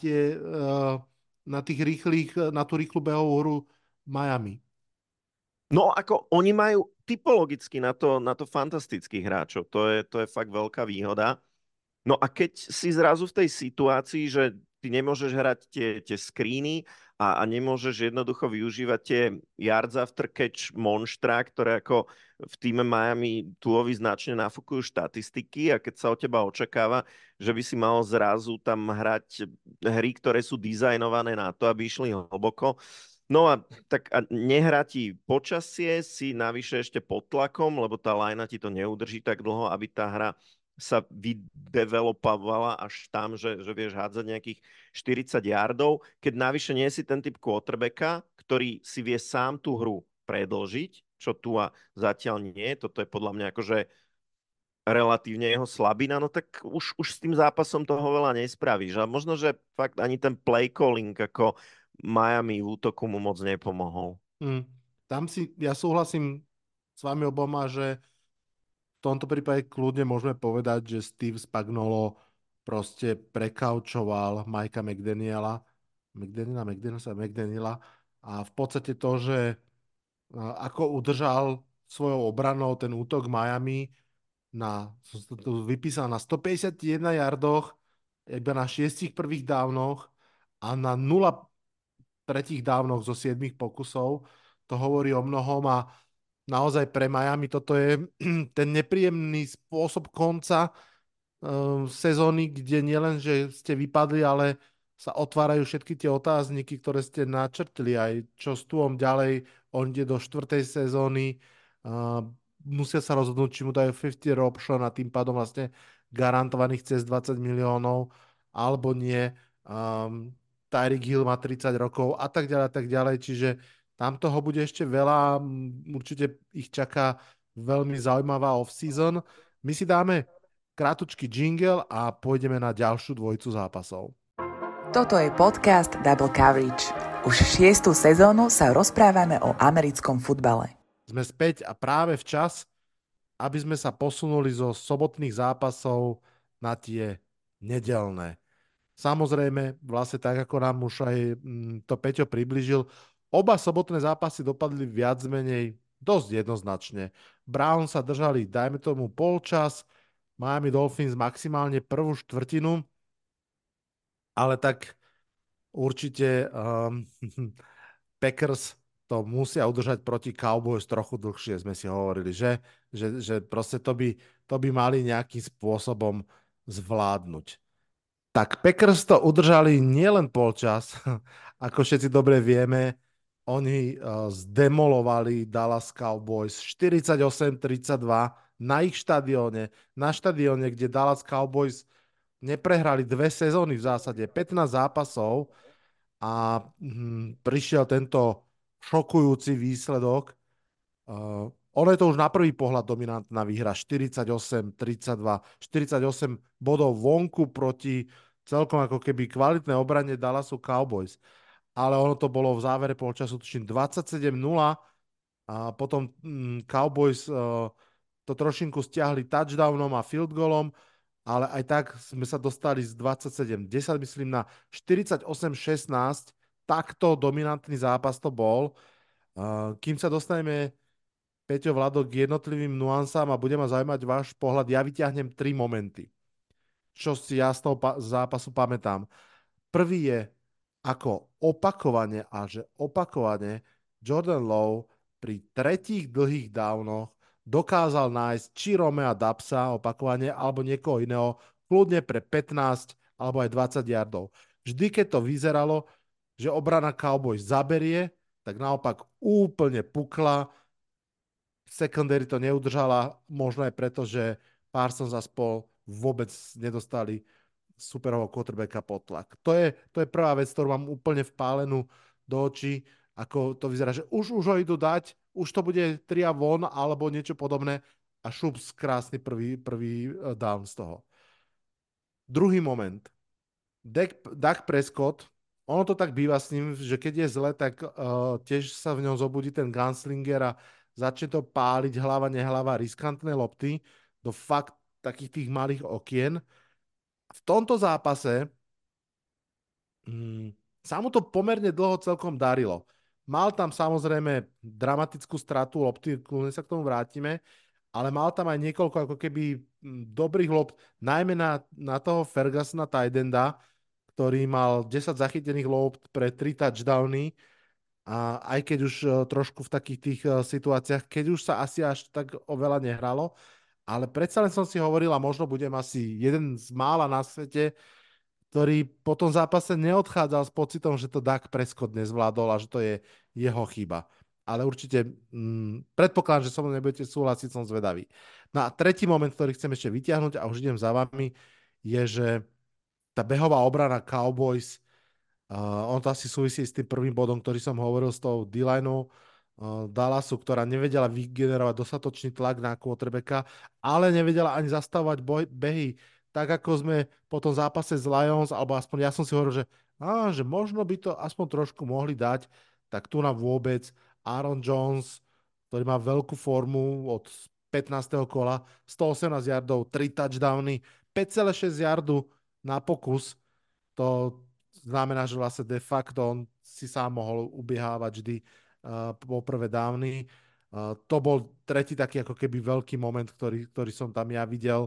na tú rýchlu behovú hru Miami. No ako oni majú typologicky na to fantastických hráčov. To je fakt veľká výhoda. No a keď si zrazu v tej situácii, že ty nemôžeš hrať tie screeny a nemôžeš jednoducho využívať tie yards after catch monštra, ktoré ako v týme Miami Tuovi značne nafúkujú štatistiky a keď sa od teba očakáva, že by si mal zrazu tam hrať hry, ktoré sú dizajnované na to, aby išli hlboko. No a tak a nehrá ti počasie, si navyše ešte pod tlakom, lebo tá lajna ti to neudrží tak dlho, aby tá hra sa vydevelopovala až tam, že vieš hádzať nejakých 40 yardov, keď navyše nie si ten typ quarterbacka, ktorý si vie sám tú hru predĺžiť, čo tu a zatiaľ nie. Toto je podľa mňa akože relatívne jeho slabina, no tak už s tým zápasom toho veľa nespravíš. A možno, že fakt ani ten play calling ako Miami v útoku mu moc nepomohol. Tam ja súhlasím s vami oboma, že v tomto prípade kľudne môžeme povedať, že Steve Spagnuolo proste prekaučoval Mikea McDaniela a v podstate to, že ako udržal svojou obranou ten útok Miami som to tu vypísal, na 151 yardoch, iba na 6 prvých dávnoch a na 0 tretích dávnoch zo 7 pokusov. To hovorí o mnohom a naozaj pre Miami toto je ten nepríjemný spôsob konca sezóny, kde nielen, že ste vypadli, ale sa otvárajú všetky tie otázniky, ktoré ste načrtli, aj čo s Tuom ďalej, on ide do 4. sezóny, musia sa rozhodnúť, či mu dajú 50 option a tým pádom vlastne garantovaných cez 20 miliónov, alebo nie. Tyreek Hill má 30 rokov a tak ďalej, čiže tam toho bude ešte veľa, určite ich čaká veľmi zaujímavá off-season. My si dáme krátučký jingle a pôjdeme na ďalšiu dvojicu zápasov. Toto je podcast Double Coverage. Už 6. sezónu sa rozprávame o americkom futbale. Sme späť a práve včas, aby sme sa posunuli zo sobotných zápasov na tie nedelné. Samozrejme, vlastne tak, ako nám už aj to Peťo priblížil, oba sobotné zápasy dopadli viac menej dosť jednoznačne. Browns sa držali, dajme tomu, polčas, Miami Dolphins maximálne prvú štvrtinu, ale tak určite Packers to musia udržať proti Cowboys trochu dlhšie, sme si hovorili, že proste to by mali nejakým spôsobom zvládnuť. Tak Packers to udržali nielen polčas, ako všetci dobre vieme, oni zdemolovali Dallas Cowboys 48-32 na ich štadióne, kde Dallas Cowboys neprehrali 2 sezóny v zásade, 15 zápasov a prišiel tento šokujúci výsledok. Ono je to už na prvý pohľad dominantná výhra, 48-32, 48 bodov vonku proti celkom ako keby kvalitné obrane Dallasu Cowboys. Ale ono to bolo v závere polčasu tuším 27-0 a potom Cowboys to trošinku stiahli touchdownom a field goalom, ale aj tak sme sa dostali z 27-10, myslím, na 48-16. Takto dominantný zápas to bol. Kým sa dostaneme, Peťo, Vlado, k jednotlivým nuansám a bude ma zaujímať váš pohľad, ja vyťahnem 3 momenty, čo si ja z toho zápasu pamätám. Prvý je, ako opakovane Jordan Love pri tretích dlhých downoch dokázal nájsť či Romea Dubsa opakovane, alebo niekoho iného, kľudne pre 15 alebo aj 20 yardov. Vždy, keď to vyzeralo, že obrana Cowboys zaberie, tak naopak úplne pukla. Secondary to neudržala, možno aj preto, že Parsons a spol vôbec nedostali superového quarterbacka pod tlak. To je prvá vec, ktorú mám úplne vpálenú do očí, ako to vyzerá, že už ho idú dať, už to bude 3 a von, alebo niečo podobné a šups, krásny prvý down z toho. Druhý moment. Dak Prescott, ono to tak býva s ním, že keď je zle, tak tiež sa v ňom zobudí ten gunslinger a začne to páliť hlava, nehlava, riskantné lopty do fakt takých tých malých okien. V tomto zápase sa mu to pomerne dlho celkom darilo. Mal tam samozrejme dramatickú stratu lopty, kľudne sa k tomu vrátime, ale mal tam aj niekoľko ako keby dobrých lopt, najmä na toho Fergusona Tidenda, ktorý mal 10 zachytených lopt pre 3 touchdowny, a aj keď už trošku v takých tých situáciách, keď už sa asi až tak oveľa nehralo, ale predsa len som si hovoril, a možno budem asi jeden z mála na svete, ktorý po tom zápase neodchádzal s pocitom, že to Dak Prescott nezvládol a že to je jeho chyba. ale určite predpokladám, že so mnou nebudete súhlasiť, som zvedavý. No a tretí moment, ktorý chcem ešte vyťahnuť a už idem za vami, je, že tá behová obrana Cowboys, on to asi súvisí s tým prvým bodom, ktorý som hovoril s tou D-lineou Dallasu, ktorá nevedela vygenerovať dostatočný tlak na quarterbacka, ale nevedela ani zastavovať behy. Tak ako sme po tom zápase s Lions, alebo aspoň ja som si hovoril, že možno by to aspoň trošku mohli dať, tak tu na vôbec Aaron Jones, ktorý má veľkú formu od 15. kola, 118 yardov, 3 touchdowny, 5,6 yardu na pokus. To znamená, že vlastne de facto on si sám mohol ubiehávať vždy po prvé dávny. To bol tretí taký ako keby veľký moment, ktorý som tam ja videl.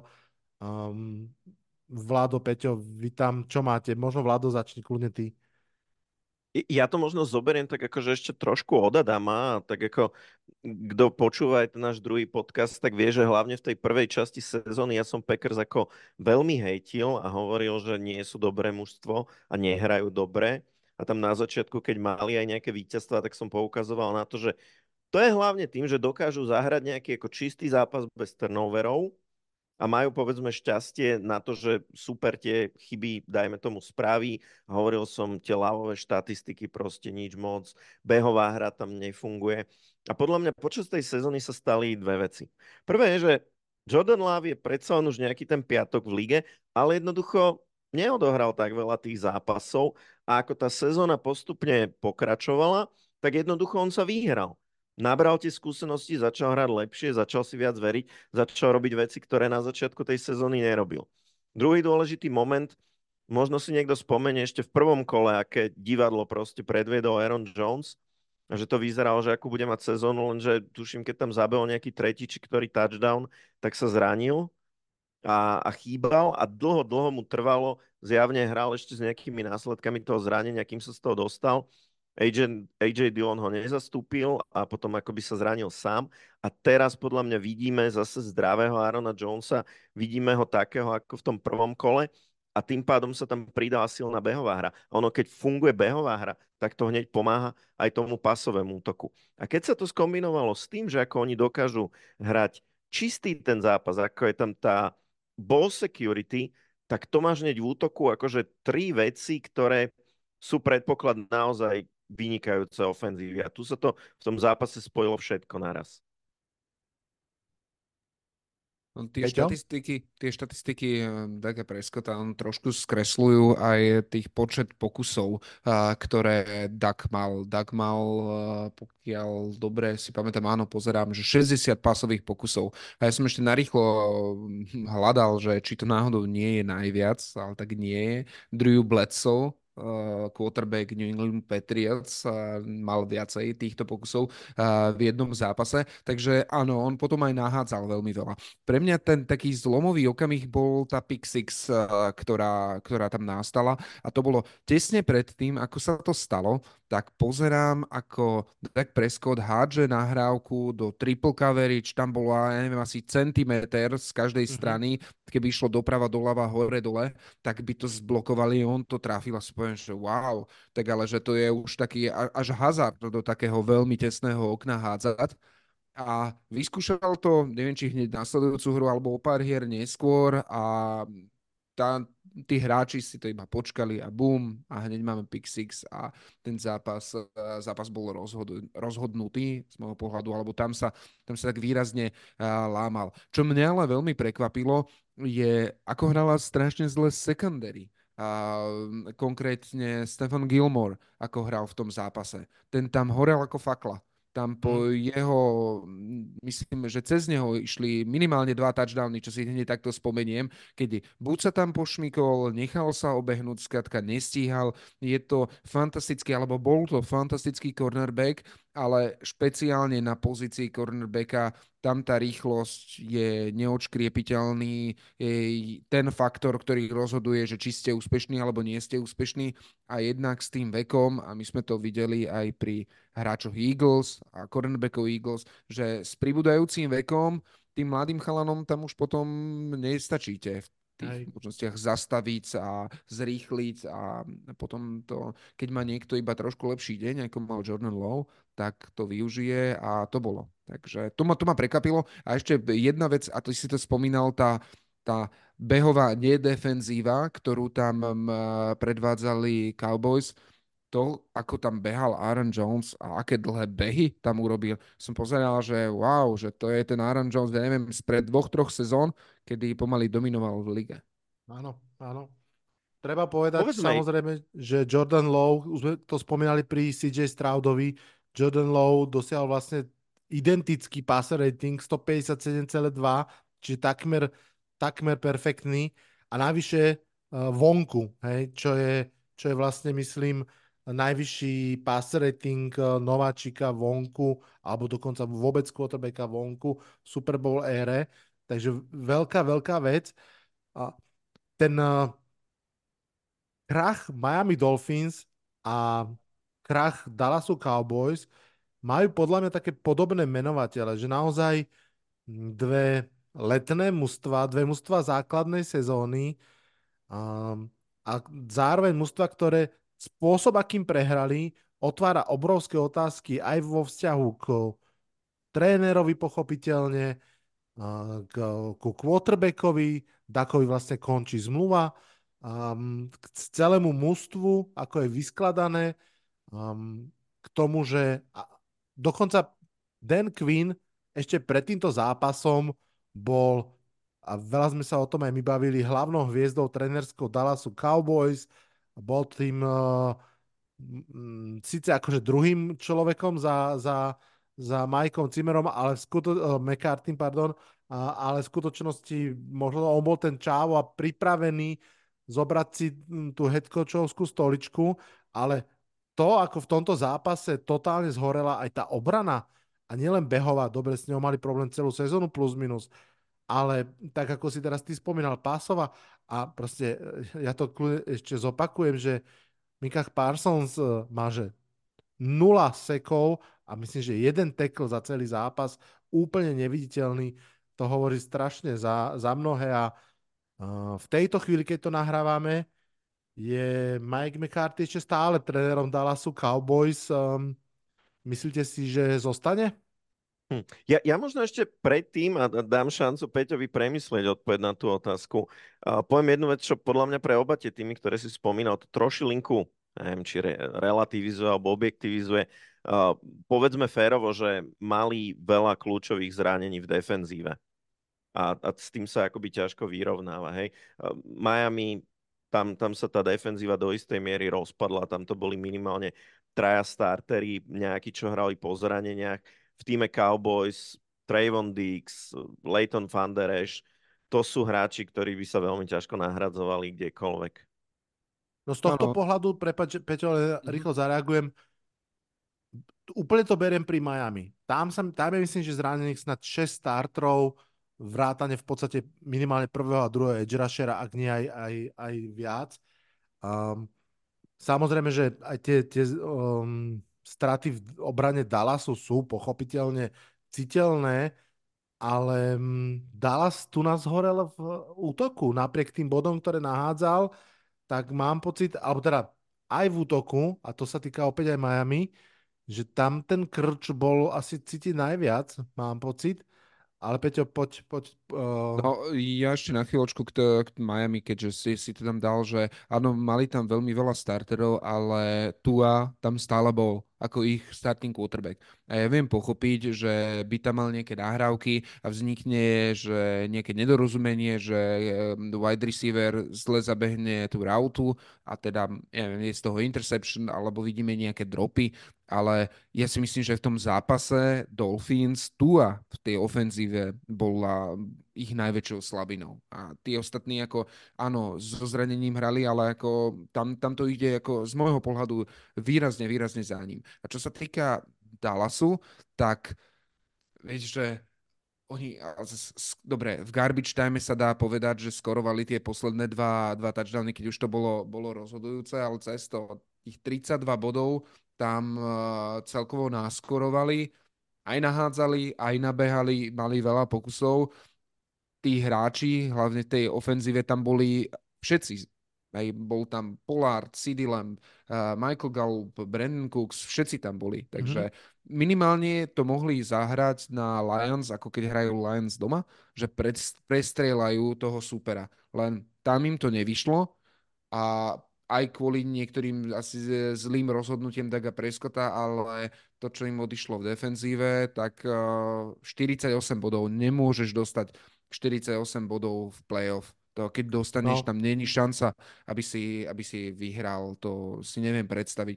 Vlado, Peťo, vy tam čo máte? Možno Vlado začni kľudne ty. Ja to možno zoberiem tak akože ešte trošku od Adama, tak ako kto počúva aj ten náš druhý podcast, tak vie, že hlavne v tej prvej časti sezóny ja som Packers ako veľmi hejtil a hovoril, že nie sú dobré mužstvo a nehrajú dobre. A tam na začiatku, keď mali aj nejaké víťazstvá, tak som poukazoval na to, že to je hlavne tým, že dokážu zahrať nejaký ako čistý zápas bez turnoverov a majú povedzme šťastie na to, že super tie chyby, dajme tomu, spraví. Hovoril som, tie ľavové štatistiky proste nič moc, behová hra tam nefunguje. A podľa mňa počas tej sezóny sa stali dve veci. Prvé je, že Jordan Love je predsa len už nejaký ten piatok v lige, ale jednoducho neodohral tak veľa tých zápasov a ako tá sezóna postupne pokračovala, tak jednoducho on sa vyhral. Nabral tie skúsenosti, začal hrať lepšie, začal si viac veriť, začal robiť veci, ktoré na začiatku tej sezóny nerobil. Druhý dôležitý moment, možno si niekto spomenie ešte v prvom kole, aké divadlo proste predviedol Aaron Jones, a že to vyzeralo, že ako bude mať sezónu, lenže tuším, keď tam zabehol nejaký tretí či ktorý touchdown, tak sa zranil a chýbal a dlho mu trvalo, zjavne hral ešte s nejakými následkami toho zranenia, kým sa z toho dostal. AJ Dillon ho nezastúpil a potom akoby sa zranil sám. A teraz podľa mňa vidíme zase zdravého Aarona Jonesa, vidíme ho takého ako v tom prvom kole a tým pádom sa tam pridala silná behová hra. A ono, keď funguje behová hra, tak to hneď pomáha aj tomu pasovému útoku. A keď sa to skombinovalo s tým, že ako oni dokážu hrať čistý ten zápas, ako je tam tá ball security, tak to máš hneď v útoku akože tri veci, ktoré sú predpoklad naozaj vynikajúce ofenzívy. A tu sa to v tom zápase spojilo všetko naraz. No, tie štatistiky Daka Prescotta trošku skresľujú aj tých počet pokusov, ktoré Dak mal. Dak mal, pokiaľ dobre si pamätám, áno, pozerám, že 60 pásových pokusov. A ja som ešte narýchlo hľadal, že či to náhodou nie je najviac, ale tak nie je. Drew Bledsoe, quarterback New England Patriots, mal viacej týchto pokusov v jednom zápase, takže áno, on potom aj nahádzal veľmi veľa. Pre mňa ten taký zlomový okamih bol tá pick six, ktorá tam nastala a to bolo tesne pred tým, ako sa to stalo, tak pozerám, ako Dak Prescott hádže nahrávku do triple coverage, tam bolo, ja neviem, asi centimeter z každej strany, keby išlo doprava, doľava, hore, dole, tak by to zblokovali, on to trafil a si poviem, že wow, tak ale že to je už taký až hazard do takého veľmi tesného okna hádzať. A vyskúšal to, neviem, či hneď nasledujúcu hru, alebo o pár hier neskôr a tí hráči si to iba počkali a boom, a hneď máme pick six a ten zápas bol rozhodnutý z môjho pohľadu, alebo tam sa tak výrazne lámal. Čo mňa ale veľmi prekvapilo, je, ako hrala strašne zle secondary. A konkrétne Stephen Gilmore, ako hral v tom zápase. Ten tam horel ako fakla. Tam po jeho, myslím, že cez neho išli minimálne 2 touchdowny, čo si hneď takto spomeniem, kedy buď sa tam pošmykol, nechal sa obehnúť, skrátka nestíhal. Je to fantastický, alebo bol to fantastický cornerback, ale špeciálne na pozícii cornerbacka tam tá rýchlosť je neodškriepiteľný, je ten faktor, ktorý rozhoduje, že či ste úspešní alebo nie ste úspešní a jednak s tým vekom, a my sme to videli aj pri hráčoch Eagles a cornerbackov Eagles, že s pribúdajúcim vekom tým mladým chalanom tam už potom nestačíte. tých Hej. možnostiach zastaviť sa, zrýchliť a potom to, keď má niekto iba trošku lepší deň, ako mal Jordan Lowe, tak to využije a to bolo. Takže to ma prekvapilo. A ešte jedna vec, a to si to spomínal, tá behová nedefenzíva, ktorú tam predvádzali Cowboys, to, ako tam behal Aaron Jones a aké dlhé behy tam urobil, som pozeral, že wow, že to je ten Aaron Jones, ja neviem, spred 2-3 sezón, kedy pomaly dominoval v lige. Áno, áno. Treba povedať Povedzme, samozrejme, že Jordan Lowe, už sme to spomínali pri CJ Stroudovi, Jordan Lowe dosiahol vlastne identický passer rating 157,2, čiže takmer perfektný a navyše vonku, hej, čo je vlastne, myslím, najvyšší passer rating nováčika vonku, alebo dokonca vôbec quarterbacka vonku v Super Bowl ére. Takže veľká vec. A ten krach Miami Dolphins a krach Dallasu Cowboys majú podľa mňa také podobné menovatele, že naozaj dve letné mužstva, dve mužstva základnej sezóny a zároveň mužstva, ktoré spôsob, akým prehrali, otvára obrovské otázky aj vo vzťahu k trénerovi pochopiteľne, ku quarterbackovi, Dakovi vlastne končí zmluva, k celému mužstvu, ako je vyskladané, k tomu, že dokonca Dan Quinn ešte pred týmto zápasom bol, a veľa sme sa o tom aj my bavili, hlavnou hviezdou trénerskou Dallasu Cowboys, bol tým síce akože druhým človekom za Mikeom Zimmerom, ale McCarthy, pardon, ale v skutočnosti možno on bol ten čávo a pripravený zobrať si tú headcoachovskú stoličku, ale to, ako v tomto zápase totálne zhorela aj tá obrana, a nielen behová, dobre, s ňou mali problém celú sezónu plus minus, ale tak ako si teraz ty spomínal, pásova, a proste ja to ešte zopakujem, že Micah Parsons má, že 0 sekov a myslím, že jeden tackle za celý zápas, úplne neviditeľný. To hovorí strašne za mnohé a v tejto chvíli, keď to nahrávame, je Mike McCarthy ešte stále trénerom Dallasu Cowboys. Myslíte si, že zostane? Ja možno ešte predtým a dám šancu Peťovi premyslieť odpoveď na tú otázku. Poviem jednu vec, čo podľa mňa pre oba tie týmy, ktoré si spomínal, to trošilinku, neviem, či relativizuje alebo objektivizuje. Povedzme férovo, že mali veľa kľúčových zranení v defenzíve. A s tým sa akoby ťažko vyrovnáva. Hej. Miami, tam sa tá defenzíva do istej miery rozpadla, tam to boli minimálne traja starteri, nejakí, čo hrali po zraneniach. V týme Cowboys, Trayvon Diggs, Leighton Van Der Esch, to sú hráči, ktorí by sa veľmi ťažko nahradzovali kdekoľvek. No z tohto pohľadu, prepáč, Peťo, ale rýchlo zareagujem, úplne to beriem pri Miami. Tam je myslím, že zranených snad 6 starterov, vrátane v podstate minimálne prvého a druhého edge rushera, ak nie aj viac. Samozrejme, že aj tie straty v obrane Dallasu sú pochopiteľne citeľné, ale Dallas tu nás horel v útoku. Napriek tým bodom, ktoré nahádzal, tak mám pocit, alebo teda aj v útoku, a to sa týka opäť aj Miami, že tam ten krč bol asi cítiť najviac, mám pocit. Ale Peťo, poď. No, ja ešte na chvíľočku k Miami, keďže si to tam dal, že áno, mali tam veľmi veľa starterov, ale Tua tam stále bol ako ich starting quarterback. A ja viem pochopiť, že by tam mal nejaké nahrávky a vznikne, že nejaké nedorozumenie, že wide receiver zle zabehne tú rautu a teda ja neviem, je z toho interception, alebo vidíme nejaké dropy, ale ja si myslím, že v tom zápase Dolphins Tua v tej ofenzíve bola ich najväčšou slabinou. A tí ostatní ako, áno, so zranením hrali, ale ako tam to ide ako z môjho pohľadu výrazne za ním. A čo sa týka Dallasu, tak vieš, že oni, dobre, v garbage time sa dá povedať, že skorovali tie posledné dva touchdowny, keď už to bolo rozhodujúce, ale cez to tých 32 bodov tam celkovo naskorovali, aj nahádzali, aj nabehali, mali veľa pokusov. tí hráči, hlavne v tej ofenzíve, tam boli všetci. Aj bol tam Pollard, CeeDee Lamb, Michael Gallup, Brandon Cooks, všetci tam boli. Takže minimálne to mohli zahrať na Lions, ako keď hrajú Lions doma, že prestrieľajú toho supera. Len tam im to nevyšlo a aj kvôli niektorým asi zlým rozhodnutiem Daga Prescotta, ale to, čo im odišlo v defenzíve, tak 48 bodov nemôžeš dostať 48 bodov v playoff. To, keď dostaneš, tam není šanca, aby si vyhral. To si neviem predstaviť.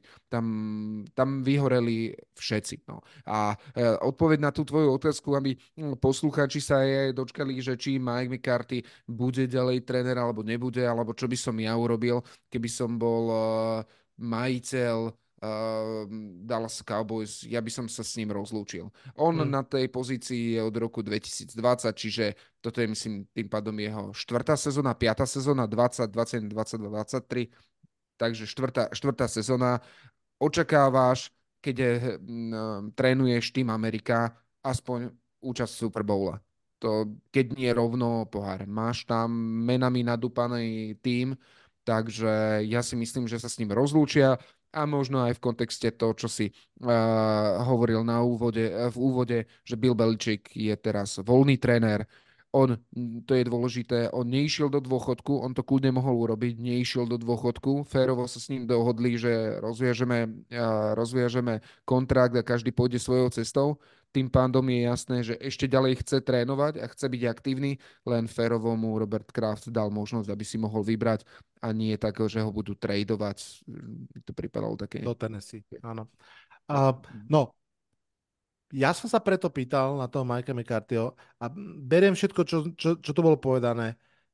Tam vyhoreli všetci. No. A odpoveď na tú tvoju otázku, aby poslucháči sa aj dočkali, že či Mike McCarthy bude ďalej tréner, alebo nebude, alebo čo by som ja urobil, keby som bol majiteľ Dallas Cowboys, ja by som sa s ním rozlúčil. On na tej pozícii je od roku 2020, čiže toto je, myslím, tým pádom jeho 4. sezóna, 5. sezóna, 20, 21, 22, 23, takže 4. sezóna. Očakávaš, keď trénuješ tým Amerika, aspoň účasť Super Bowla. To, keď nie rovno pohár. Máš tam menami nadúpaný tým, takže ja si myslím, že sa s ním rozlúčia a možno aj v kontexte to, čo si hovoril v úvode, že Bill Belichick je teraz voľný tréner. To je dôležité, on neišiel do dôchodku, on to kľudne mohol urobiť, neišiel do dôchodku, férovo sa s ním dohodli, že rozviažeme kontrakt a každý pôjde svojou cestou. Tým pádom je jasné, že ešte ďalej chce trénovať a chce byť aktívny, len férovo mu Robert Kraft dal možnosť, aby si mohol vybrať a nie tak, že ho budú tradovať. To pripadalo také... Do Tennessee, áno. No, ja som sa preto pýtal na toho Mikea McCarthyho a beriem všetko, čo tu bolo povedané.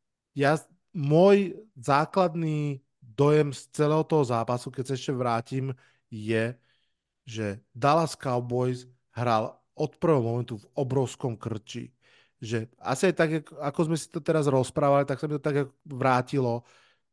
Môj základný dojem z celého toho zápasu, keď sa ešte vrátim, je, že Dallas Cowboys hral od prvého momentu v obrovskom krči. Že asi aj tak, ako sme si to teraz rozprávali, tak sa mi to tak vrátilo,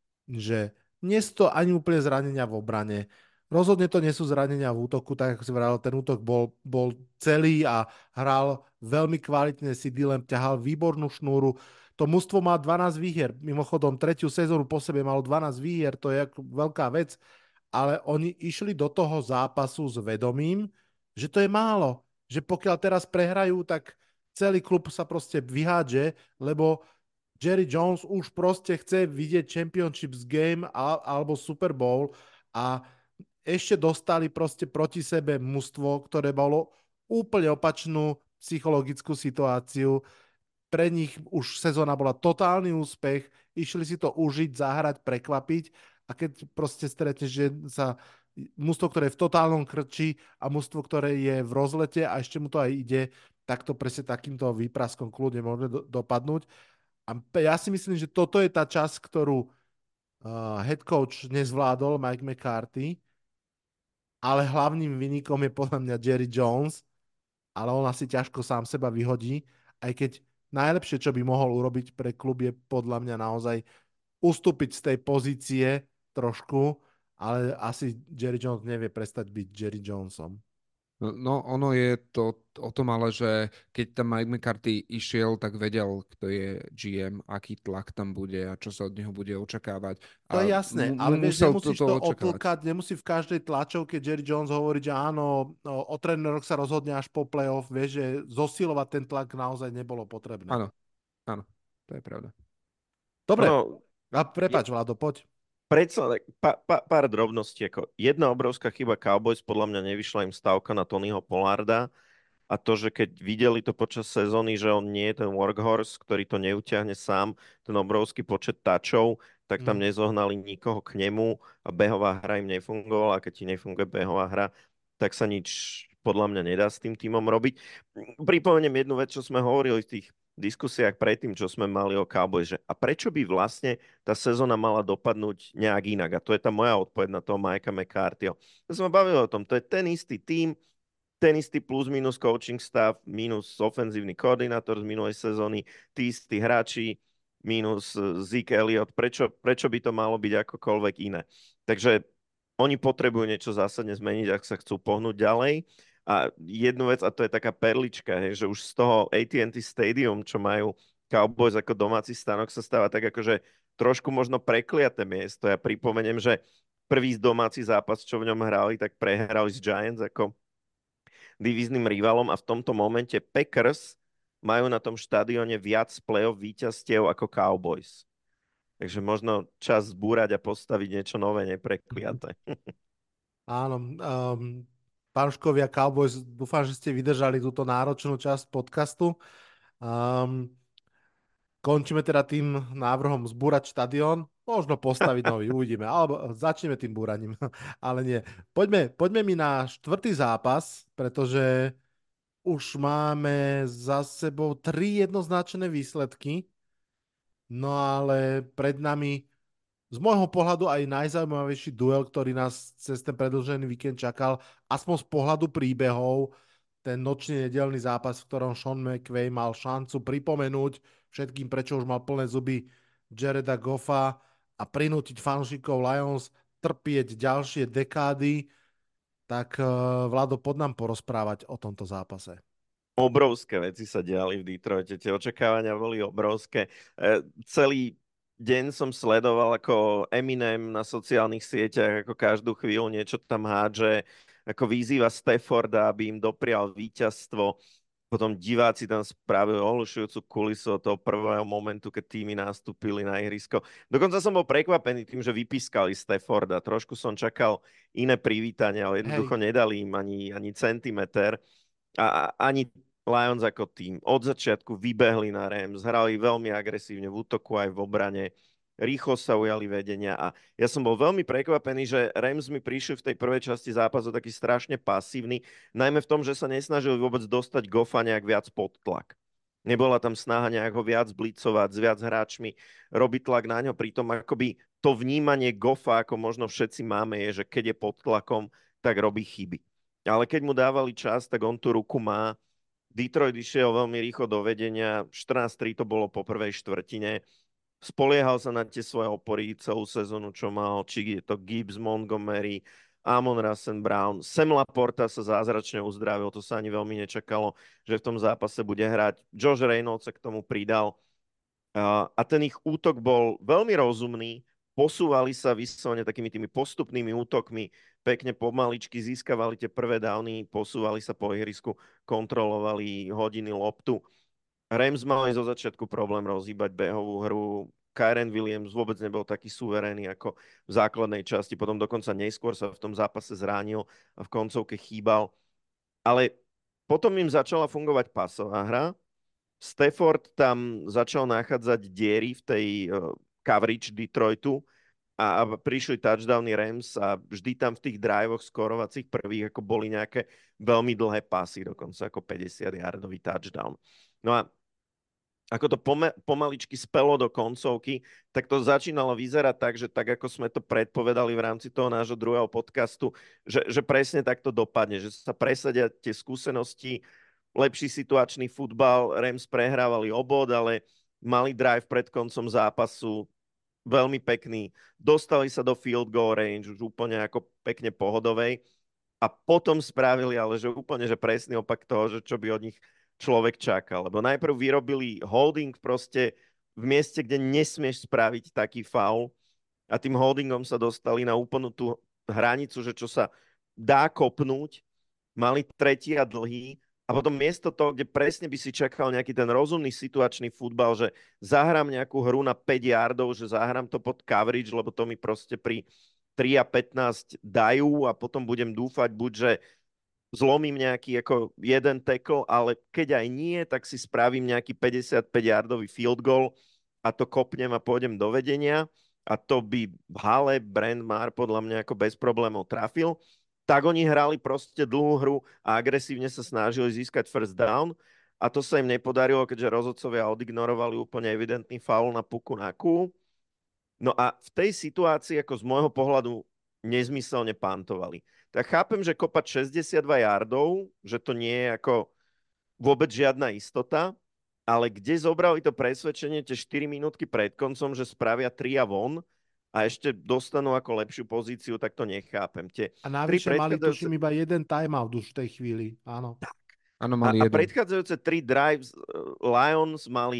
že nie sú to ani úplne zranenia v obrane. Rozhodne to nie sú zranenia v útoku, tak ako si vral, ten útok bol celý a hral veľmi kvalitne, si Dylan ťahal výbornú šnúru. To mužstvo má 12 výhier. Mimochodom, 3. sezónu po sebe malo 12 výhier, to je veľká vec, ale oni išli do toho zápasu s vedomím, že to je málo. Že pokiaľ teraz prehrajú, tak celý klub sa proste vyhádže, lebo Jerry Jones už proste chce vidieť Championships Game alebo Super Bowl a ešte dostali proste proti sebe mužstvo, ktoré bolo úplne opačnú psychologickú situáciu. Pre nich už sezóna bola totálny úspech, išli si to užiť, zahrať, prekvapiť a keď proste stretneš, že sa mužstvo, ktoré je v totálnom krči a mužstvo, ktoré je v rozlete a ešte mu to aj ide, tak to presne takýmto výpraskom kľudne môže dopadnúť. A ja si myslím, že toto je tá časť, ktorú head coach nezvládol, Mike McCarthy, ale hlavným vynikom je podľa mňa Jerry Jones, ale on asi ťažko sám seba vyhodí, aj keď najlepšie, čo by mohol urobiť pre klub, je podľa mňa naozaj ustúpiť z tej pozície trošku, ale asi Jerry Jones nevie prestať byť Jerry Jonesom. No, ono je to o tom ale, že keď tam Mike McCarthy išiel, tak vedel, kto je GM, aký tlak tam bude a čo sa od neho bude očakávať. To je jasné, ale vieš, nemusíš to otlkať, nemusí v každej tlačovke Jerry Jones hovoriť, že áno, o tréneroch sa rozhodne až po playoff, vieš, že zosilovať ten tlak naozaj nebolo potrebné. Áno, to je pravda. Dobre, a prepáč, Vlado, poď. Predsa pár drobností. Jedna obrovská chyba Cowboys, podľa mňa nevyšla im stávka na Tonyho Pollarda a to, že keď videli to počas sezóny, že on nie je ten workhorse, ktorý to neutiahne sám, ten obrovský počet touchov, tak tam nezohnali nikoho k nemu a behová hra im nefungovala a keď ti nefunguje behová hra, tak sa nič podľa mňa nedá s tým tímom robiť. Pripomeniem jednu vec, čo sme hovorili v tých diskusiách predtým, čo sme mali o Cowboys, že a prečo by vlastne tá sezóna mala dopadnúť nejak inak? A to je tá moja odpoveď na toho Mikea McCarthyho. To sme bavili o tom, to je ten istý tím, ten istý plus minus coaching staff, minus ofenzívny koordinátor z minulej sezóny, tí istí hráči, minus Zeke Elliott. Prečo by to malo byť akokoľvek iné? Takže oni potrebujú niečo zásadne zmeniť, ak sa chcú pohnúť ďalej. A jednu vec, a to je taká perlička, že už z toho AT&T Stadium, čo majú Cowboys ako domáci stanok sa stáva tak akože trošku možno prekliaté miesto. Ja pripomeniem, že prvý domáci zápas, čo v ňom hrali, tak prehrali s Giants ako divíznym rivalom a v tomto momente Packers majú na tom štadióne viac playoff víťazstiev ako Cowboys. Takže možno čas zbúrať a postaviť niečo nové, neprekliaté. Áno, pánškovia Cowboys, dúfam, že ste vydržali túto náročnú časť podcastu. Končíme teda tým návrhom zbúrať štadión, možno postaviť nový, uvidíme, alebo začneme tým búraním, ale nie. Poďme mi na štvrtý zápas, pretože už máme za sebou 3 jednoznačné výsledky, no ale pred nami z môjho pohľadu aj najzaujímavejší duel, ktorý nás cez ten predĺžený víkend čakal, aspoň z pohľadu príbehov, ten nočný nedelný zápas, v ktorom Sean McVay mal šancu pripomenúť všetkým, prečo už mal plné zuby Jareda Goffa a prinútiť fanúšikov Lions trpieť ďalšie dekády, tak Vlado, poď nám porozprávať o tomto zápase. Obrovské veci sa diali v Detroite, tie očakávania boli obrovské. Celý deň som sledoval, ako Eminem na sociálnych sieťach, ako každú chvíľu niečo tam hádže, ako vyzýva Stafforda, aby im doprial víťazstvo. Potom diváci tam spravili ohlušujúcu kulisu od toho prvého momentu, keď týmy nastúpili na ihrisko. Dokonca som bol prekvapený tým, že vypískali Stafforda. Trošku som čakal iné privítania, ale jednoducho nedali im ani centimeter. A ani Lions ako tým od začiatku vybehli na Rams, hrali veľmi agresívne v útoku aj v obrane, rýchlo sa ujali vedenia a ja som bol veľmi prekvapený, že Rams mi prišli v tej prvej časti zápasu taký strašne pasívny, najmä v tom, že sa nesnažili vôbec dostať Goffa nejak viac pod tlak. Nebola tam snaha nejak ho viac blicovať s viac hráčmi, robiť tlak na ňo, pritom akoby to vnímanie Goffa, ako možno všetci máme, je, že keď je pod tlakom, tak robí chyby. Ale keď mu dávali čas, tak on tú ruku má. Detroit išiel veľmi rýchlo do vedenia, 14-3 to bolo po prvej štvrtine. Spoliehal sa na tie svoje opory celú sezónu, čo mal, či je to Gibbs, Montgomery, Amon-Ra St. Brown. Sam Laporta sa zázračne uzdravil, to sa ani veľmi nečakalo, že v tom zápase bude hrať. Josh Reynolds sa k tomu pridal. A ten ich útok bol veľmi rozumný, posúvali sa vyslovene takými tými postupnými útokmi, pekne pomaličky získavali tie prvé downy, posúvali sa po ihrisku, kontrolovali hodiny loptu. Rams mali zo začiatku problém rozhýbať behovú hru. Kyren Williams vôbec nebol taký suverénny ako v základnej časti, potom dokonca neskôr sa v tom zápase zránil a v koncovke chýbal. Ale potom im začala fungovať pasová hra. Stafford tam začal nachádzať diery v tej coverage Detroitu a prišli touchdowny Rams a vždy tam v tých drivoch skorovacích prvých ako boli nejaké veľmi dlhé pasy, dokonca ako 50-yardový touchdown. No a ako to pomaličky spelo do koncovky, tak to začínalo vyzerať tak, že tak ako sme to predpovedali v rámci toho nášho druhého podcastu, že presne takto dopadne, že sa presadia tie skúsenosti, lepší situačný futbal, Rams prehrávali o bod, ale mali drive pred koncom zápasu, veľmi pekný, dostali sa do field goal range, už úplne ako pekne pohodovej a potom spravili, ale že úplne že presný opak toho, že čo by od nich človek čakal, lebo najprv vyrobili holding proste v mieste, kde nesmieš spraviť taký faul a tým holdingom sa dostali na úplnú tú hranicu, že čo sa dá kopnúť, mali tretí a dlhý a potom miesto toho, kde presne by si čakal nejaký ten rozumný situačný futbal, že zahrám nejakú hru na 5 yardov, že zahrám to pod coverage, lebo to mi proste pri 3 a 15 dajú a potom budem dúfať buď, že zlomím nejaký ako jeden tackle, ale keď aj nie, tak si spravím nejaký 55-yardový field goal a to kopnem a pôjdem do vedenia a to by v hale Brand Maher podľa mňa ako bez problémov trafil. Tak oni hrali proste dlhú hru a agresívne sa snažili získať first down a to sa im nepodarilo, keďže rozhodcovia odignorovali úplne evidentný faul na puku na kú. No a v tej situácii, ako z môjho pohľadu, nezmyselne pantovali. Tak chápem, že kopať 62 yardov, že to nie je ako vôbec žiadna istota, ale kde zobrali to presvedčenie tie 4 minútky pred koncom, že spravia 3 a von a ešte dostanú ako lepšiu pozíciu, tak to nechápem. A navyše mali tuším iba jeden timeout už v tej chvíli, áno. Áno, mali jeden. A predchádzajúce 3 drives Lions mali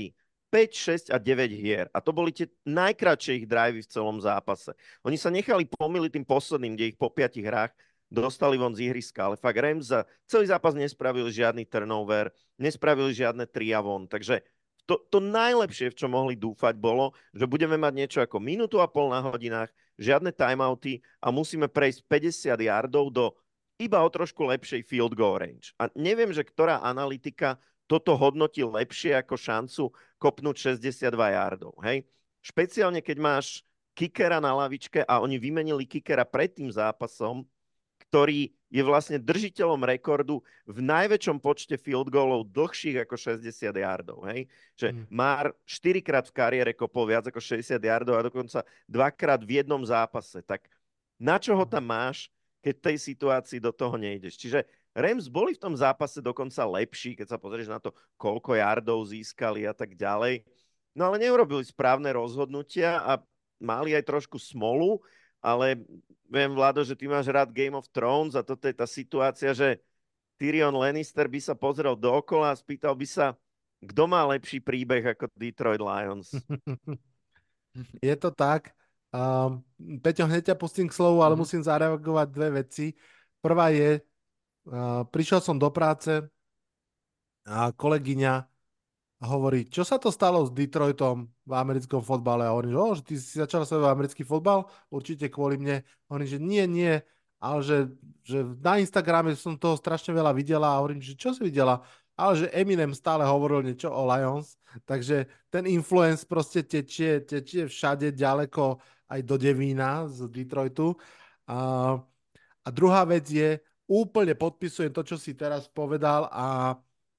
5, 6 a 9 hier. A to boli tie najkratšie ich drivey v celom zápase. Oni sa nechali pomýliť tým posledným, kde ich po 5 hrách dostali von z ihriska, ale fakt Rams za celý zápas nespravili žiadny turnover, nespravili žiadne 3 a von. Takže to najlepšie, v čo mohli dúfať, bolo, že budeme mať niečo ako 1,5 minúty na hodinách, žiadne timeouty a musíme prejsť 50 yardov do iba o trošku lepšej field goal range. A neviem, že ktorá analytika toto hodnotí lepšie ako šancu kopnúť 62 yardov. Hej? Špeciálne, keď máš kickera na lavičke a oni vymenili kickera pred tým zápasom, ktorý je vlastne držiteľom rekordu v najväčšom počte field goalov dlhších ako 60 yardov. Hej? Že Mar 4-krát v kariére kopol viac ako 60 yardov a dokonca 2-krát v jednom zápase. Tak na čo ho tam máš, keď v tej situácii do toho nejdeš? Čiže Rams boli v tom zápase dokonca lepší, keď sa pozrieš na to, koľko yardov získali a tak ďalej. No ale neurobili správne rozhodnutia a mali aj trošku smolu, ale viem, Vlado, že ty máš rád Game of Thrones a toto je tá situácia, že Tyrion Lannister by sa pozrel dookola a spýtal by sa, kto má lepší príbeh ako Detroit Lions. Je to tak. Peťo, hneď ťa pustím k slovu, ale musím zareagovať dve veci. Prvá je, prišiel som do práce a kolegyňa hovorí, čo sa to stalo s Detroitom v americkom fotbale? A hovorím, že ty si začal sledovať americký fotbal? Určite kvôli mne. Hovorím, že nie, ale že na Instagrame som toho strašne veľa videla a hovorím, že čo si videla? Ale že Eminem stále hovoril niečo o Lions, takže ten influence proste tečie všade ďaleko aj do Devína z Detroitu. A druhá vec je, úplne podpisujem to, čo si teraz povedal a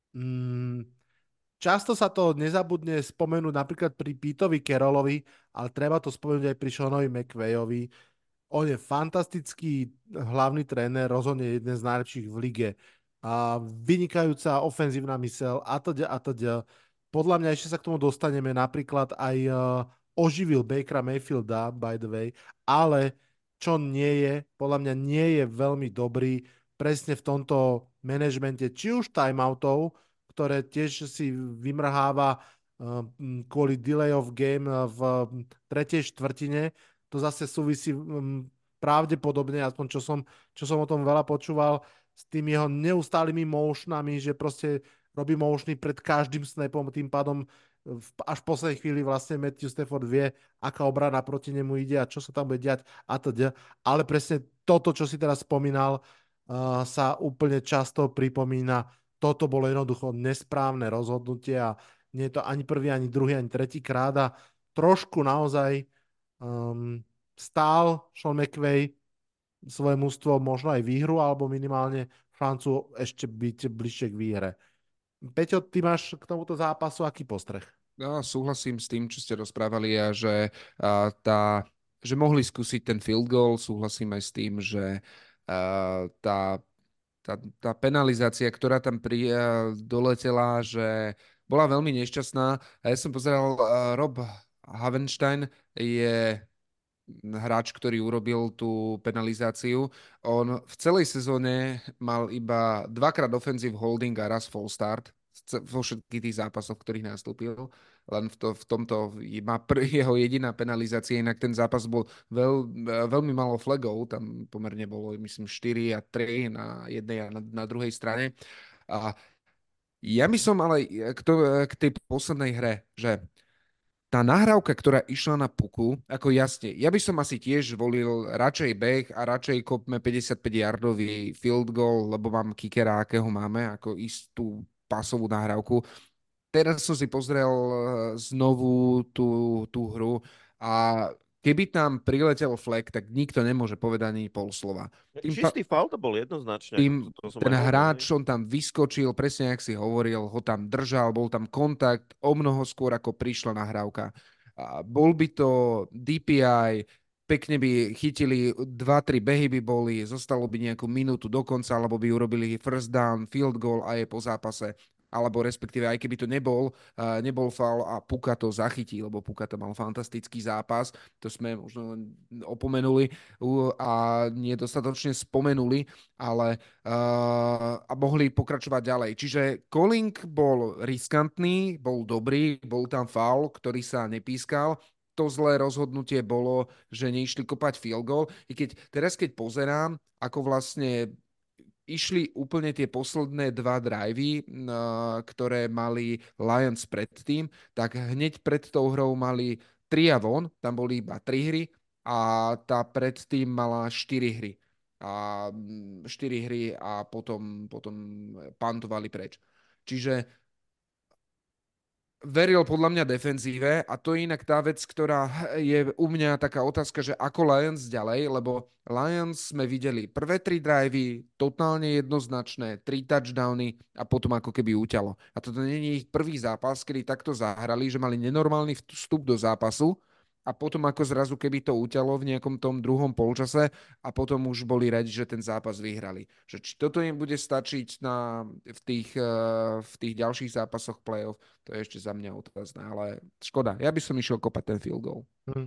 často sa to nezabudne spomenúť napríklad pri Petovi Carrollovi, ale treba to spomenúť aj pri Seanovi McVayovi. On je fantastický hlavný tréner, rozhodne jeden z najlepších v lige. A vynikajúca ofenzívna myseľ a teda. Podľa mňa ešte sa k tomu dostaneme. Napríklad aj oživil Bakera Mayfielda, by the way, ale čo nie je, podľa mňa nie je veľmi dobrý presne v tomto manažmente, či už timeoutov, ktoré tiež si vymrháva kvôli delay of game v tretej štvrtine. To zase súvisí pravdepodobne, aspoň čo som o tom veľa počúval, s tými jeho neustálými motionami, že proste robí motiony pred každým snapom, tým pádom až v poslednej chvíli vlastne Matthew Stafford vie, aká obrana proti nemu ide a čo sa tam bude diať a teda. Ale presne toto, čo si teraz spomínal, sa úplne často pripomína. Toto bolo jednoducho nesprávne rozhodnutie a nie je to ani prvý, ani druhý, ani tretí krát a trošku naozaj stál Sean McVay svoje mužstvo možno aj výhru alebo minimálne šancu ešte byť bližšie k výhre. Peťo, ty máš k tomuto zápasu aký postreh? No, súhlasím s tým, čo ste rozprávali a že, že mohli skúsiť ten field goal. Súhlasím aj s tým, že tá penalizácia, ktorá tam doletela, že bola veľmi nešťastná. A ja som pozeral, Rob Havenstein je hráč, ktorý urobil tú penalizáciu. On v celej sezóne mal iba 2-krát offensive holding a raz false start vo všetkých tých zápasoch, v ktorých nastúpil. Len v tomto má jeho jediná penalizácia, inak ten zápas bol veľmi málo flagov, tam pomerne bolo, myslím, 4 a 3 na jednej a na druhej strane. A ja by som ale k tej poslednej hre, že tá nahrávka, ktorá išla na puku, ako jasne, ja by som asi tiež volil radšej beh a radšej kopme 55-yardový field goal, lebo mám kickera, akého máme, ako istú pasovú nahrávku. Teraz som si pozrel znovu tú hru a keby tam priletel flag, tak nikto nemôže povedať ani pol slova. Čistý faul to bol jednoznačne. Ten hráč, on tam vyskočil, presne jak si hovoril, ho tam držal, bol tam kontakt o mnoho skôr, ako prišla nahrávka. A bol by to DPI, pekne by chytili 2-3 behy by boli, zostalo by nejakú minútu do konca, alebo by urobili first down, field goal a je po zápase. alebo respektíve aj keby to nebol faul a Puka to zachytí, lebo Puka to mal fantastický zápas, to sme možno len opomenuli a nie dostatočne spomenuli, ale a mohli pokračovať ďalej. Čiže calling bol riskantný, bol dobrý, bol tam faul, ktorý sa nepískal. To zlé rozhodnutie bolo, že neišli kopať field goal. I keď pozerám, ako vlastne išli úplne tie posledné dva drivey, ktoré mali Lions predtým, tak hneď pred tou hrou mali 3 a von, tam boli iba 3 hry a tá predtým mala 4 hry. A 4 hry a potom pantovali preč. Čiže veril podľa mňa defenzíve a to je inak tá vec, ktorá je u mňa taká otázka, že ako Lions ďalej, lebo Lions sme videli prvé 3 drivey, totálne jednoznačné, 3 touchdowny a potom ako keby uťalo. A toto nie je ich prvý zápas, kedy takto zahrali, že mali nenormálny vstup do zápasu a potom ako zrazu keby to uťalo v nejakom tom druhom polčase a potom už boli radi, že ten zápas vyhrali. Že či toto im bude stačiť v tých ďalších zápasoch playoff, to je ešte za mňa otázne, ale škoda. Ja by som išiel kopať ten field goal.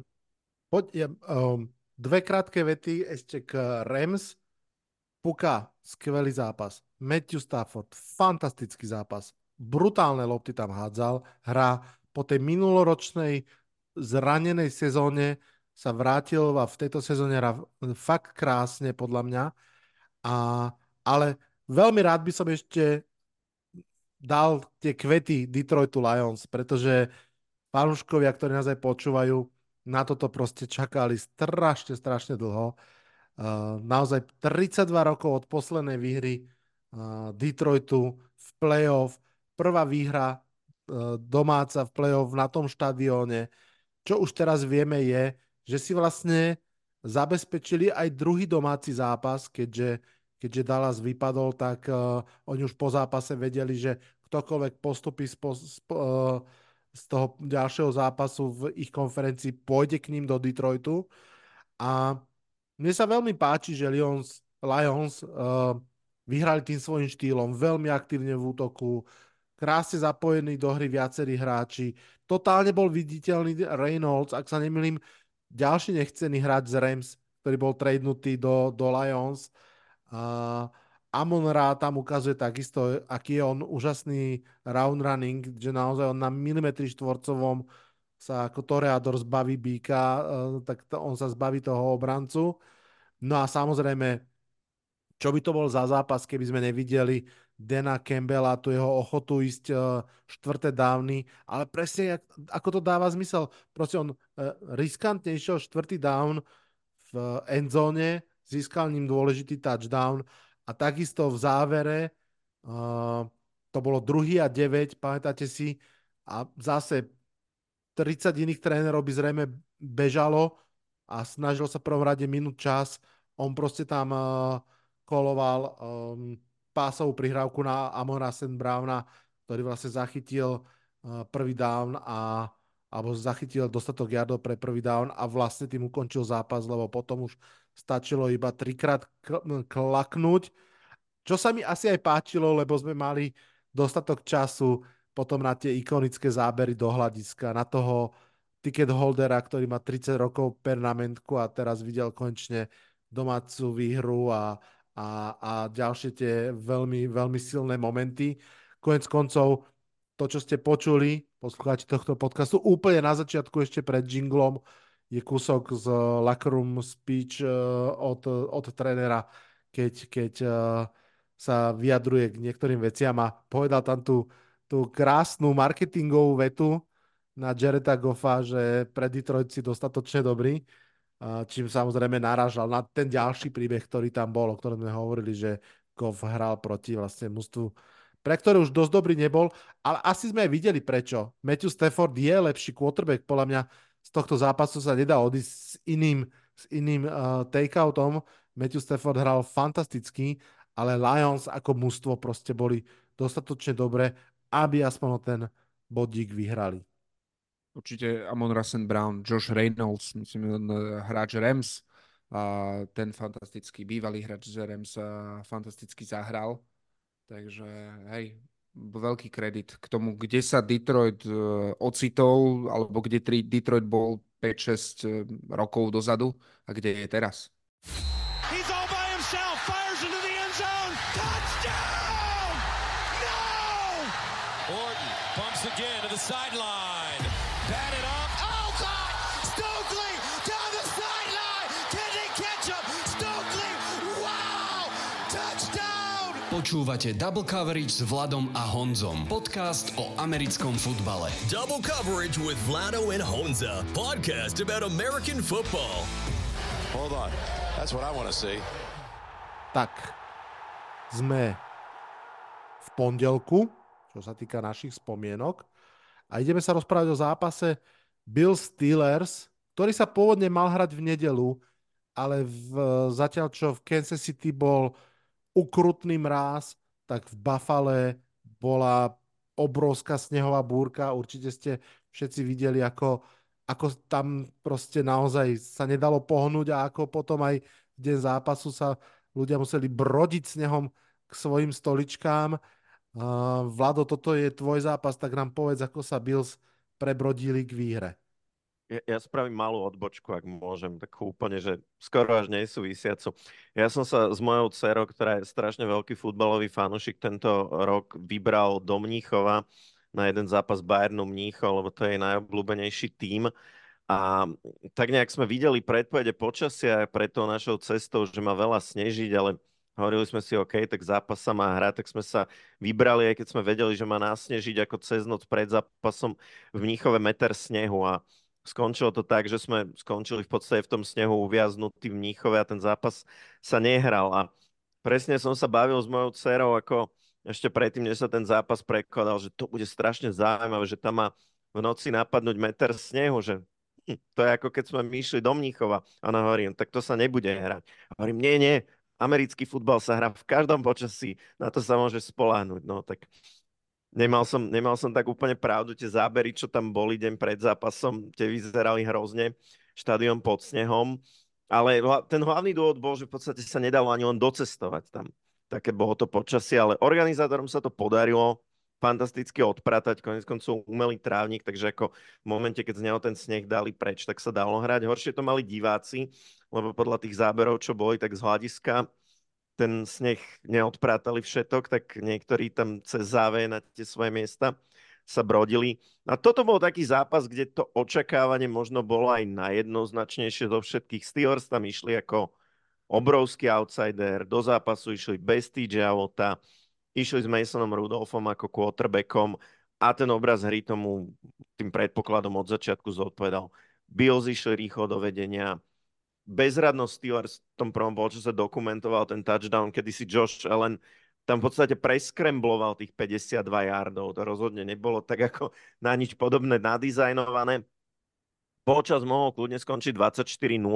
Dve krátke vety ešte k Rams. Puka, skvelý zápas. Matthew Stafford, fantastický zápas. Brutálne lopty tam hádzal. Hra po tej minuloročnej zranenej sezóne sa vrátil a v tejto sezóne hra fakt krásne podľa mňa. Ale veľmi rád by som ešte dal tie kvety Detroitu Lions, pretože fanúškovia, ktorí nás aj počúvajú, na toto proste čakali strašne dlho. Naozaj 32 rokov od poslednej výhry Detroitu v playoff. Prvá výhra domáca v playoff na tom štadióne. Čo už teraz vieme je, že si vlastne zabezpečili aj druhý domáci zápas, keďže Dallas vypadol, tak oni už po zápase vedeli, že ktokoľvek postupí z toho ďalšieho zápasu v ich konferencii pôjde k ním do Detroitu. A mne sa veľmi páči, že Lions vyhrali tým svojím štýlom, veľmi aktívne v útoku, krásne zapojení do hry viacerí hráči. Totálne bol viditeľný Reynolds, ak sa nemýlim, ďalší nechcený hráč z Rams, ktorý bol tradenutý do Lions. Amon-Ra tam ukazuje takisto, aký je on úžasný round running, že naozaj on na milimetri štvorcovom sa ako toreador zbaví býka, tak on sa zbaví toho obrancu. No a samozrejme, čo by to bol za zápas, keby sme nevideli Dana Campbella, tu jeho ochotu ísť štvrté downy, ale presne ako to dáva zmysel. Proste on riskantne išiel štvrtý down v endzone, získal ním dôležitý touchdown a takisto v závere to bolo 2. a 9, pamätáte si, a zase 30 iných trénerov by zrejme bežalo a snažil sa prvom rade minúť čas. On proste tam koloval pásovú prihrávku na Amon-Ra St. Browna, ktorý vlastne zachytil prvý down alebo zachytil dostatok yardov pre prvý down a vlastne tým ukončil zápas, lebo potom už stačilo iba 3-krát klaknúť. Čo sa mi asi aj páčilo, lebo sme mali dostatok času potom na tie ikonické zábery do hľadiska, na toho ticket holdera, ktorý má 30 rokov pernamentku a teraz videl konečne domácu výhru a ďalšie tie veľmi, veľmi silné momenty. Koniec koncov, to, čo ste počuli, poslucháči tohto podcastu, úplne na začiatku ešte pred jinglom je kúsok z locker room speech od trénera, keď sa vyjadruje k niektorým veciam a povedal tam tú krásnu marketingovú vetu na Jareda Goffa, že pre Detroit si dostatočne dobrý, čím samozrejme narážal na ten ďalší príbeh, ktorý tam bol, o ktorom sme hovorili, že Goff hral proti vlastne mužstvu, pre ktoré už dosť dobrý nebol, ale asi sme aj videli prečo. Matthew Stafford je lepší quarterback, podľa mňa z tohto zápasu sa nedá odísť s iným takeoutom. Matthew Stafford hral fantasticky, ale Lions ako mužstvo proste boli dostatočne dobré, aby aspoň ten bodík vyhrali. Určite Amon-Ra St. Brown, Josh Reynolds, myslím, hráč Rams, ten fantastický bývalý hráč z Rams fantasticky zahral. Takže hej, veľký kredit k tomu, kde sa Detroit ocitol, alebo kde Detroit bol 5-6 rokov dozadu a kde je teraz. He's all by himself, fires into the end zone, touchdown! No! Orton bumps again to the sideline, batted up, oh God! Stokely down the sideline, can they catch him? Stokely, wow! Touchdown! Počúvate Double Coverage s Vladom a Honzom. Podcast o americkom futbale. Double Coverage with Vlado and Honza. Podcast about American football. Hold on, that's what I want to see. Tak, sme v pondelku, čo sa týka našich spomienok, a ideme sa rozprávať o zápase Bills Steelers, ktorý sa pôvodne mal hrať v nedelu, ale zatiaľ čo v Kansas City bol ukrutný mráz, tak v Buffale bola obrovská snehová búrka. Určite ste všetci videli, ako tam proste naozaj sa nedalo pohnúť a ako potom aj v deň zápasu sa ľudia museli brodiť snehom k svojim stoličkám. Vlado, toto je tvoj zápas, tak nám povedz, ako sa Bills prebrodili k výhre. Ja spravím malú odbočku, ak môžem, takú úplne, že skoro až nesúvisiacu. Ja som sa s mojou dcerou, ktorá je strašne veľký futbalový fanúšik, tento rok vybral do Mníchova na jeden zápas Bayernu Mníchov, lebo to je jej najobľúbenejší tím. A tak nejak sme videli predpovede počasia pred tou našou cestou, že má veľa snežiť, ale hovorili sme si, OK, tak zápas sa má hrať, tak sme sa vybrali, aj keď sme vedeli, že má nasnežiť ako cez noc pred zápasom v Mníchove meter snehu a skončilo to tak, že sme skončili v podstate v tom snehu uviaznutí v Mníchove a ten zápas sa nehral. A presne som sa bavil s mojou dcerou, ako ešte predtým, než sa ten zápas prekladal, že to bude strašne zaujímavé, že tam má v noci napadnúť meter snehu, že to je ako keď sme my išli do Mníchova. A ona hovorí, tak to sa nebude hrať. A hovorím, nie, americký futbal sa hrá v každom počasí, na to sa môže spoľahnúť. No tak Nemal som tak úplne pravdu, tie zábery, čo tam boli deň pred zápasom, tie vyzerali hrozne, štadión pod snehom, ale ten hlavný dôvod bol, že v podstate sa nedalo ani len docestovať tam. Také bolo to počasie, ale organizátorom sa to podarilo fantasticky odpratať, konec koncov umelý trávnik, takže ako v momente, keď z neho ten sneh dali preč, tak sa dalo hrať. Horšie to mali diváci, lebo podľa tých záberov, čo boli, tak z hľadiska ten sneh neodprátali všetok, tak niektorí tam cez záveje na tie svoje miesta sa brodili. A toto bol taký zápas, kde to očakávanie možno bolo aj najjednoznačnejšie zo všetkých. Steelers tam išli ako obrovský outsider, do zápasu išli bez TJ Watta, išli s Masonom Rudolphom ako quarterbackom a ten obraz hry tomu tým predpokladom od začiatku zodpovedal. Bills išli rýchlo do vedenia, bezradnosť Steelers v tom prvom polčase dokumentoval ten touchdown, kedy si Josh Allen tam v podstate preskrembloval tých 52 yardov. To rozhodne nebolo tak ako na nič podobné nadizajnované. Polčas mohol kľudne skončiť 24-0.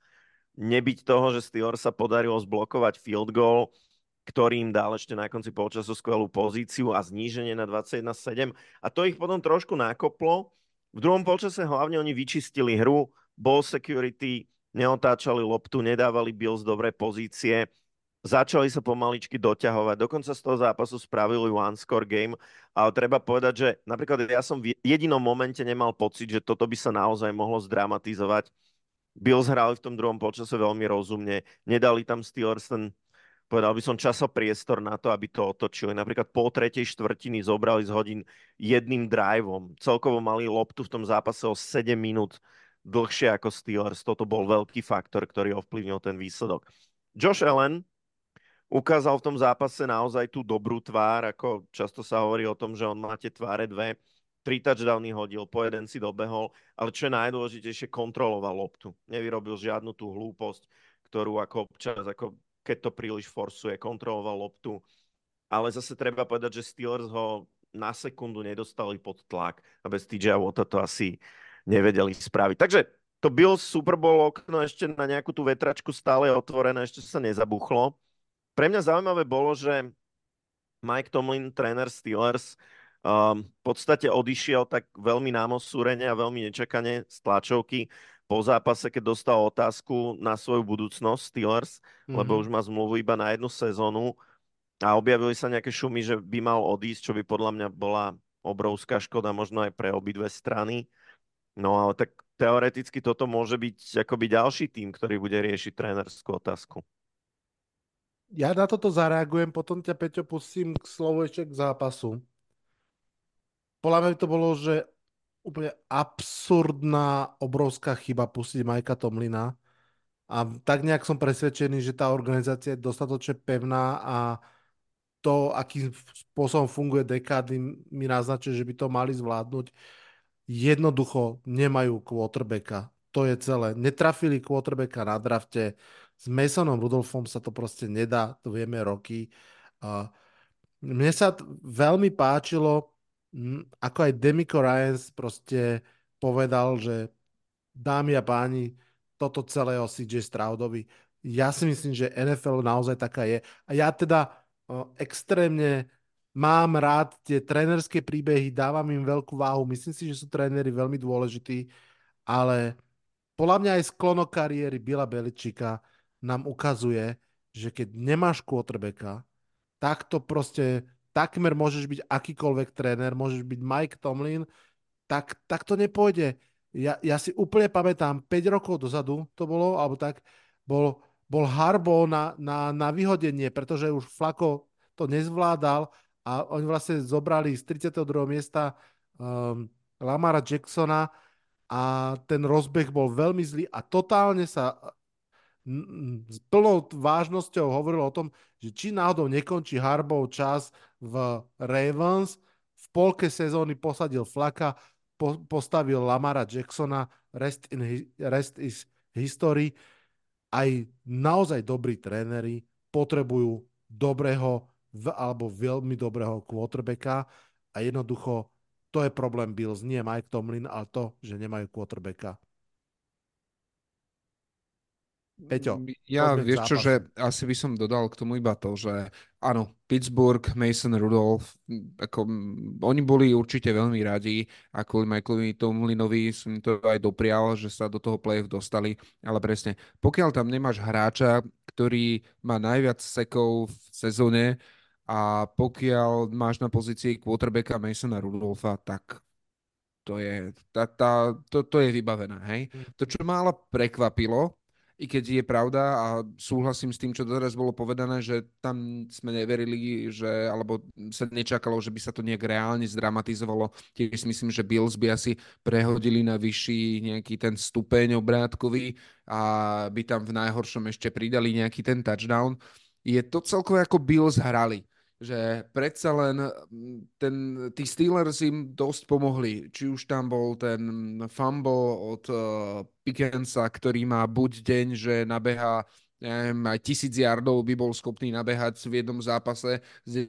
Nebyť toho, že Steelers sa podarilo zblokovať field goal, ktorý im dal ešte na konci polčasu skvelú pozíciu a zníženie na 21-7. A to ich potom trošku nakoplo. V druhom polčase hlavne oni vyčistili hru, ball security, neotáčali loptu, nedávali Bills dobré pozície, začali sa pomaličky doťahovať. Dokonca z toho zápasu spravili one-score game, ale treba povedať, že napríklad ja som v jedinom momente nemal pocit, že toto by sa naozaj mohlo zdramatizovať. Bills hrali v tom druhom polčase veľmi rozumne, nedali tam Steelers ten, povedal by som, časopriestor na to, aby to otočili. Napríklad pol tretej štvrtiny zobrali z hodín jedným driveom. Celkovo mali loptu v tom zápase o 7 minút dlhšie ako Steelers. Toto bol veľký faktor, ktorý ovplyvnil ten výsledok. Josh Allen ukázal v tom zápase naozaj tú dobrú tvár, ako často sa hovorí o tom, že on má tie tváre dve. 3 touchdowny hodil, po jeden si dobehol, ale čo je najdôležitejšie, kontroloval loptu. Nevyrobil žiadnu tú hlúposť, ktorú ako občas, ako keď to príliš forsuje, kontroloval loptu. Ale zase treba povedať, že Steelers ho na sekundu nedostali pod tlak a bez TJ Watta to asi nevedeli spraviť. Takže to Bills Super Bowl okno ešte na nejakú tú vetračku stále otvorené, ešte sa nezabuchlo. Pre mňa zaujímavé bolo, že Mike Tomlin, tréner Steelers, v podstate odišiel tak veľmi námosúrene a veľmi nečakane z tlačovky po zápase, keď dostal otázku na svoju budúcnosť Steelers, lebo už má zmluvu iba na jednu sezónu. A objavili sa nejaké šumy, že by mal odísť, čo by podľa mňa bola obrovská škoda, možno aj pre obidve strany. No ale tak teoreticky toto môže byť akoby ďalší tým, ktorý bude riešiť trénerskú otázku. Ja na toto zareagujem, potom ťa, Peťo, pustím k slovu ešte k zápasu. Podľa mňa to bolo, že úplne absurdná, obrovská chyba pustiť Majka Tomlina. A tak nejak som presvedčený, že tá organizácia je dostatočne pevná a to, akým spôsobom funguje dekády, mi naznačuje, že by to mali zvládnuť. Jednoducho nemajú quarterbacka. To je celé. Netrafili quarterbacka na drafte. S Masonom Rudolfom sa to proste nedá, to vieme roky. A mne sa veľmi páčilo, ako aj Demico Ryans proste povedal, že dámy a páni, toto celé o CJ Stroudovi. Ja si myslím, že NFL naozaj taká je. A ja teda extrémne mám rád tie trénerské príbehy, dávam im veľkú váhu. Myslím si, že sú tréneri veľmi dôležití, ale podľa mňa aj sklonok kariéry Billa Beličika nám ukazuje, že keď nemáš quarterbacka, tak to proste takmer môžeš byť akýkoľvek tréner, môžeš byť Mike Tomlin, tak to nepôjde. Ja si úplne pamätám, 5 rokov dozadu to bolo, alebo tak, bol Harbaugh na vyhodenie, pretože už Flacco to nezvládal a oni vlastne zobrali z 32. miesta Lamara Jacksona a ten rozbeh bol veľmi zlý a totálne sa s plnou vážnosťou hovoril o tom, že či náhodou nekončí Harbaugh čas v Ravens, v polke sezóny posadil Flaka, postavil Lamara Jacksona, rest is history. Aj naozaj dobrí tréneri potrebujú dobrého alebo veľmi dobrého quarterbacka a jednoducho to je problém Bills, nie Mike Tomlin, ale to, že nemajú quarterbacka. Peťo, Ja, poďme k vieš čo, zápasu. že asi by som dodal k tomu iba to, že áno, Pittsburgh, Mason Rudolph, ako, oni boli určite veľmi radi a kvôli Michaelovi Tomlinovi som to aj doprial, že sa do toho play-off dostali, ale presne, pokiaľ tam nemáš hráča, ktorý má najviac sekov v sezóne a pokiaľ máš na pozícii quarterbacka Masona Rudolfa, tak to je vybavené, hej. To, čo ma ale prekvapilo, i keď je pravda a súhlasím s tým, čo doteraz bolo povedané, že tam sme neverili, že, alebo sa nečakalo, že by sa to nejak reálne zdramatizovalo. Tiež si myslím, že Bills by asi prehodili na vyšší nejaký ten stupeň obrátkový a by tam v najhoršom ešte pridali nejaký ten touchdown. Je to celkovo ako Bills hrali, že predsa len tí Steelers im dosť pomohli. Či už tam bol ten fumble od Pickensa, ktorý má buď deň, že nabeha neviem, aj 1000 yardov by bol schopný nabehať v jednom zápase,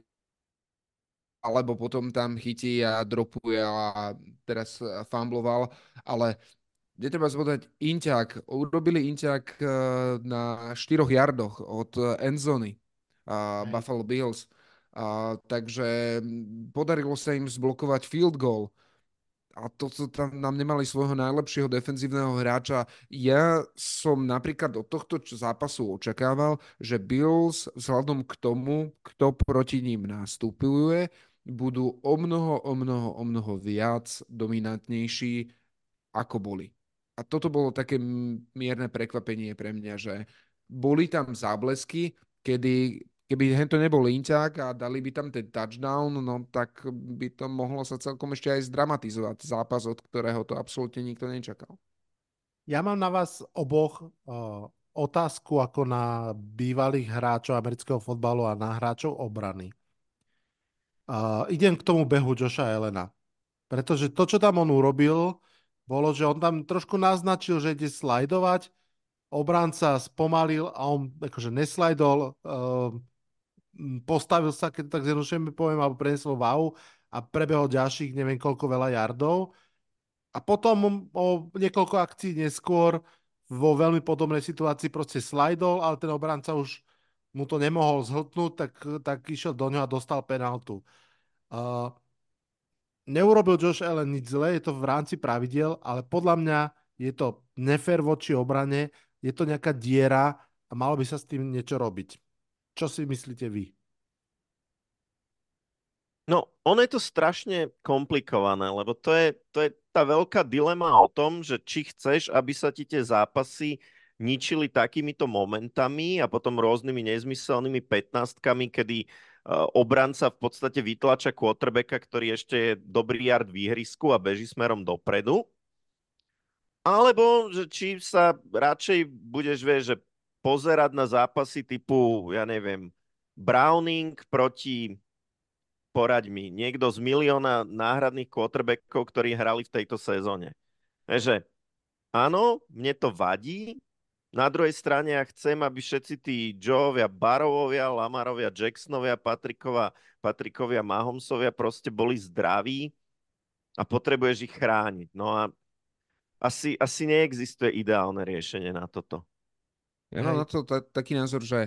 alebo potom tam chytí a dropuje a teraz fumbloval, ale kde treba zvodať Inťák. Urobili Inťák na 4 yardoch od endzony Buffalo Bills. Takže podarilo sa im zblokovať field goal. A tam nám nemali svojho najlepšieho defenzívneho hráča. Ja som napríklad od tohto zápasu očakával, že Bills vzhľadom k tomu, kto proti ním nastupuje, budú o mnoho viac dominantnejší, ako boli. A toto bolo také mierne prekvapenie pre mňa, že boli tam záblesky, keby to nebol Inťák a dali by tam ten touchdown, no tak by to mohlo sa celkom ešte aj zdramatizovať zápas, od ktorého to absolútne nikto nečakal. Ja mám na vás oboch otázku ako na bývalých hráčov amerického fotbalu a na hráčov obrany. Idem k tomu behu Josha Allena. Pretože to, čo tam on urobil, bolo, že on tam trošku naznačil, že ide slajdovať, obranca spomalil a on akože neslajdol, postavil sa, keď tak zjednodušene poviem, alebo prenesol váhu a prebehol ďalších neviem koľko veľa yardov. A potom o niekoľko akcií neskôr vo veľmi podobnej situácii proste slajdol, ale ten obranca už mu to nemohol zhltnúť, tak išiel do ňoho a dostal penaltu. Neurobil Josh Allen nič zlé, je to v rámci pravidiel, ale podľa mňa je to nefér voči obrane, je to nejaká diera a malo by sa s tým niečo robiť. Čo si myslíte vy? No, ono je to strašne komplikované, lebo to je tá veľká dilema o tom, že či chceš, aby sa ti tie zápasy ničili takýmito momentami a potom rôznymi nezmyselnými 15-kami, kedy obranca v podstate vytlača quarterbacka, ktorý ešte je dobrý yard v ihrisku a beží smerom dopredu. Alebo, že či sa radšej budeš, vieš, že pozerať na zápasy typu, ja neviem, Browning proti, poraď mi, niekto z milióna náhradných quarterbackov, ktorí hrali v tejto sezóne. Takže áno, mne to vadí. Na druhej strane ja chcem, aby všetci tí Joeovia, Barrowovia, Lamarovia, Jacksonovia, Patrickovia, Mahomesovia proste boli zdraví a potrebuješ ich chrániť. No a asi neexistuje ideálne riešenie na toto. Ja mám na to taký názor, že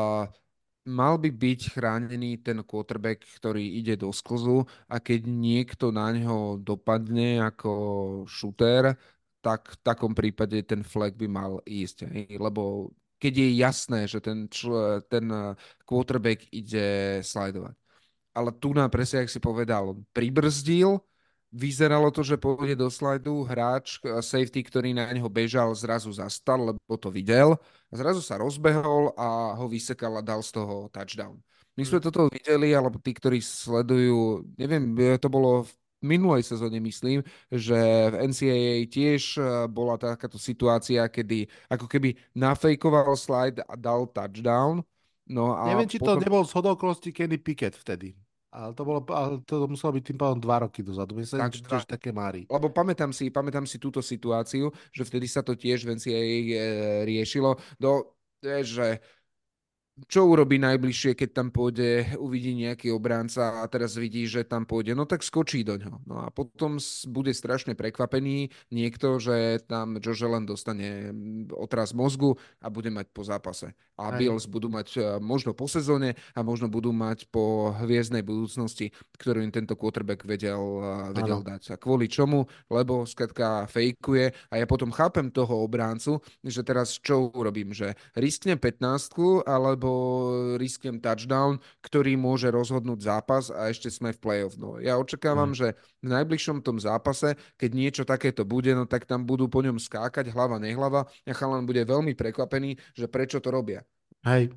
mal by byť chránený ten quarterback, ktorý ide do sklzu a keď niekto na ňo dopadne ako šutér, tak v takom prípade ten flag by mal ísť. Lebo keď je jasné, že ten quarterback ide slidovať. Ale tu na presne, jak si povedal, pribrzdil, vyzeralo to, že pôjde do slajdu, hráč, safety, ktorý na neho bežal, zrazu zastal, lebo to videl. A zrazu sa rozbehol a ho vysekal a dal z toho touchdown. My sme toto videli, alebo tí, ktorí sledujú, neviem, to bolo v minulej sezóne, myslím, že v NCAA tiež bola takáto situácia, kedy ako keby nafejkoval slide a dal touchdown. No a Neviem, či to nebol zhodou okolností Kenny Pickett vtedy. Ale to muselo byť tým pádom 2 roky dozadu. Myslím, že tiež také mári. Lebo pamätám si túto situáciu, že vtedy sa to tiež v NCAA riešilo. Že čo urobí najbližšie, keď tam pôjde, uvidí nejaký obránca a teraz vidí, že tam pôjde, no tak skočí do ňoho. No a potom bude strašne prekvapený niekto, že tam Josh Allen dostane otras mozgu a bude mať po zápase. A Bills budú mať možno po sezóne a možno budú mať po hviezdnej budúcnosti, ktorú im tento quarterback vedel dať. A kvôli čomu? Lebo skrátka fejkuje a ja potom chápem toho obráncu, že teraz čo urobím, že risknem 15 alebo risknem touchdown, ktorý môže rozhodnúť zápas a ešte sme v playoff. No, ja očakávam, že v najbližšom tom zápase, keď niečo takéto bude, no tak tam budú po ňom skákať hlava, nehlava a chalan bude veľmi prekvapený, že prečo to robia. Hej.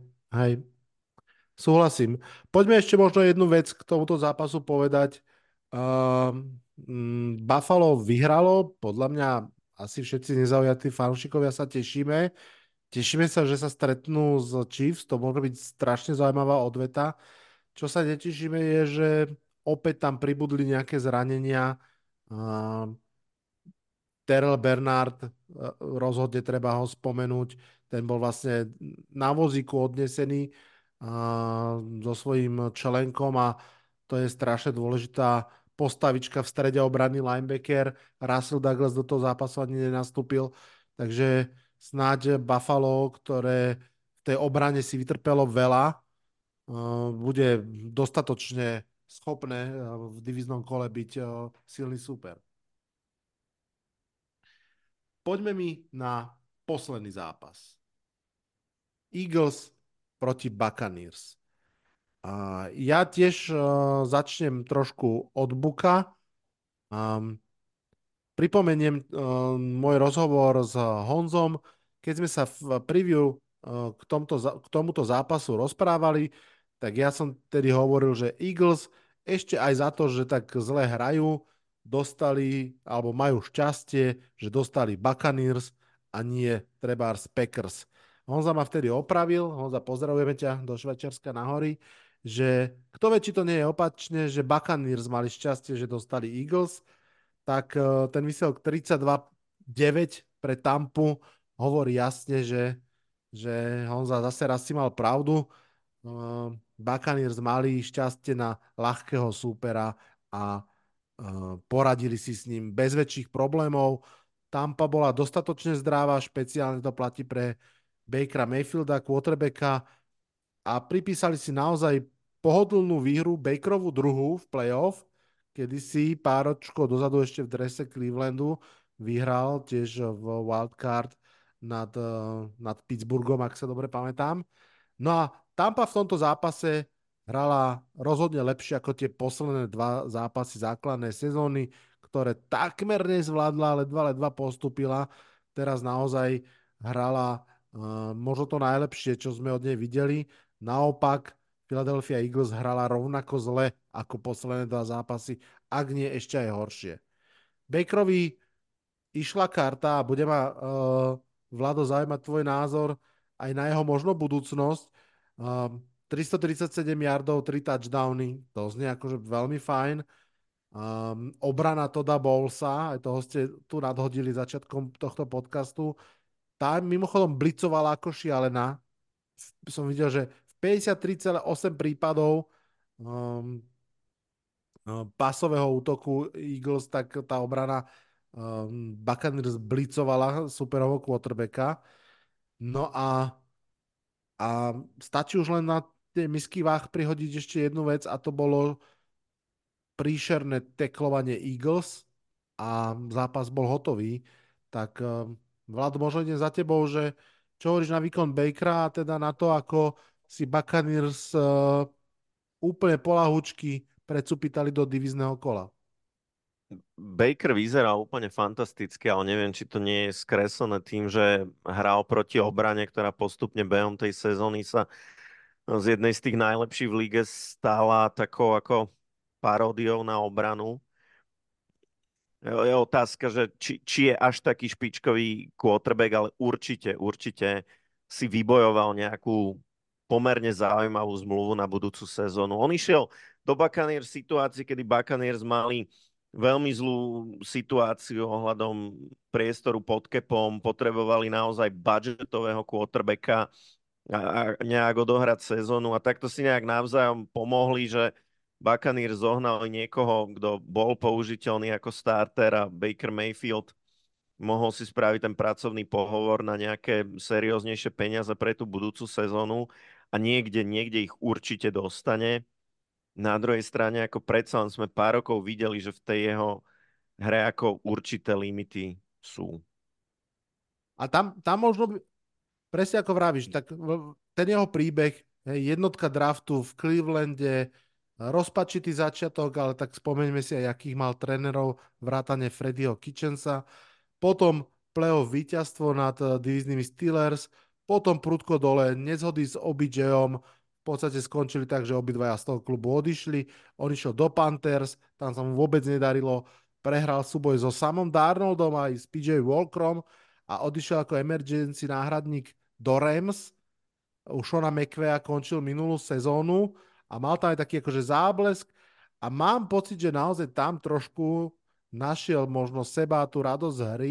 Súhlasím. Poďme ešte možno jednu vec k tomuto zápasu povedať. Buffalo vyhralo, podľa mňa asi všetci nezaujatí fanúšikovia sa tešíme. Tešíme sa, že sa stretnú s Chiefs, to môže byť strašne zaujímavá odveta. Čo sa netešíme je, že opäť tam pribudli nejaké zranenia. Terrell Bernard, rozhodne treba ho spomenúť, ten bol vlastne na vozíku odnesený so svojím členkom a to je strašne dôležitá postavička v strede obrany linebacker. Russell Douglas do toho zápasu ani nenastúpil, takže snáď Buffalo, ktoré v tej obrane si vytrpelo veľa, bude dostatočne schopné v divíznom kole byť silný súper. Poďme mi na posledný zápas. Eagles proti Buccaneers. Ja tiež začnem trošku od buka. Pripomeniem môj rozhovor s Honzom, keď sme sa v preview k tomuto zápasu rozprávali, tak ja som tedy hovoril, že Eagles ešte aj za to, že tak zle hrajú, dostali, alebo majú šťastie, že dostali Buccaneers a nie trebárs Packers. Honza ma vtedy opravil, Honza, pozdravujeme ťa do Švajčiarska na hory, že kto vie, či to nie je opačne, že Buccaneers mali šťastie, že dostali Eagles, tak ten výsledok 32-9 pre Tampu hovorí jasne, že Honza zase raz si mal pravdu. Buccaneers mali šťastie na ľahkého súpera a poradili si s ním bez väčších problémov. Tampa bola dostatočne zdravá, špeciálne to platí pre Bakera Mayfielda, quarterbacka, a pripísali si naozaj pohodlnú výhru, Bakerovú druhú v playoff, kedy si pár ročkov dozadu ešte v drese Clevelandu vyhral tiež v wildcard nad Pittsburghom, ak sa dobre pamätám. No a Tampa v tomto zápase hrala rozhodne lepšie ako tie posledné 2 zápasy základnej sezóny, ktoré takmer nezvládla, ledva postúpila. Teraz naozaj hrala možno to najlepšie, čo sme od nej videli. Naopak, Philadelphia Eagles hrala rovnako zle ako posledné 2 zápasy, ak nie ešte aj horšie. Bakerovi išla karta a bude ma, Vlado, zaujímať tvoj názor aj na jeho možno budúcnosť. 337 yardov, 3 touchdowny, to znie akože veľmi fajn. Obrana Toda Bowlesa, aj toho ste tu nadhodili začiatkom tohto podcastu, tá mimochodom blicovala ako šialená. Som videl, že v 53,8 prípadov pasového útoku Eagles, tak tá obrana Buccaneers blicovala superového quarterbacka. No a stačí už len na tie misky váh prihodiť ešte jednu vec a to bolo príšerné teklovanie Eagles a zápas bol hotový. Tak Vlad, možno idem za tebou, že čo hovoríš na výkon Bakera a teda na to, ako si Buccaneers úplne poľahučky predsupýtali do divízneho kola. Baker vyzerá úplne fantasticky, ale neviem, či to nie je skreslené tým, že hral proti obrane, ktorá postupne behom tej sezóny sa z jednej z tých najlepších v líge stala takou ako paródiou na obranu. Je otázka, že či je až taký špičkový quarterback, ale určite si vybojoval nejakú pomerne zaujímavú zmluvu na budúcu sezónu. On išiel do Buccaneers situácii, kedy Buccaneers mali veľmi zlú situáciu ohľadom priestoru pod capom, potrebovali naozaj budžetového quarterbacka a nejak odohrať sezónu a takto si nejak navzájom pomohli, že Buccaneers zohnali niekoho, kto bol použiteľný ako starter a Baker Mayfield mohol si spraviť ten pracovný pohovor na nejaké serióznejšie peniaze pre tú budúcu sezónu a niekde ich určite dostane. Na druhej strane, ako predsa len sme pár rokov videli, že v tej jeho hre ako určité limity sú. A tam možno, presne ako vravíš, tak ten jeho príbeh, jednotka draftu v Clevelande, rozpačitý začiatok, ale tak spomeňme si aj, akých mal trénerov, vrátane Freddyho Kitchensa, potom playoff víťazstvo nad divíznymi Steelers, potom prudko dole, nezhody s OBJom, v podstate skončili tak, že obidvaja z toho klubu odišli. On išiel do Panthers, tam sa mu vôbec nedarilo, prehral súboj so samom Darnoldom aj s PJ Walkerom a odišiel ako emergency náhradník do Rams. U Shona McVaya končil minulú sezónu a mal tam aj taký akože záblesk a mám pocit, že naozaj tam trošku našiel možno seba tú radosť z hry.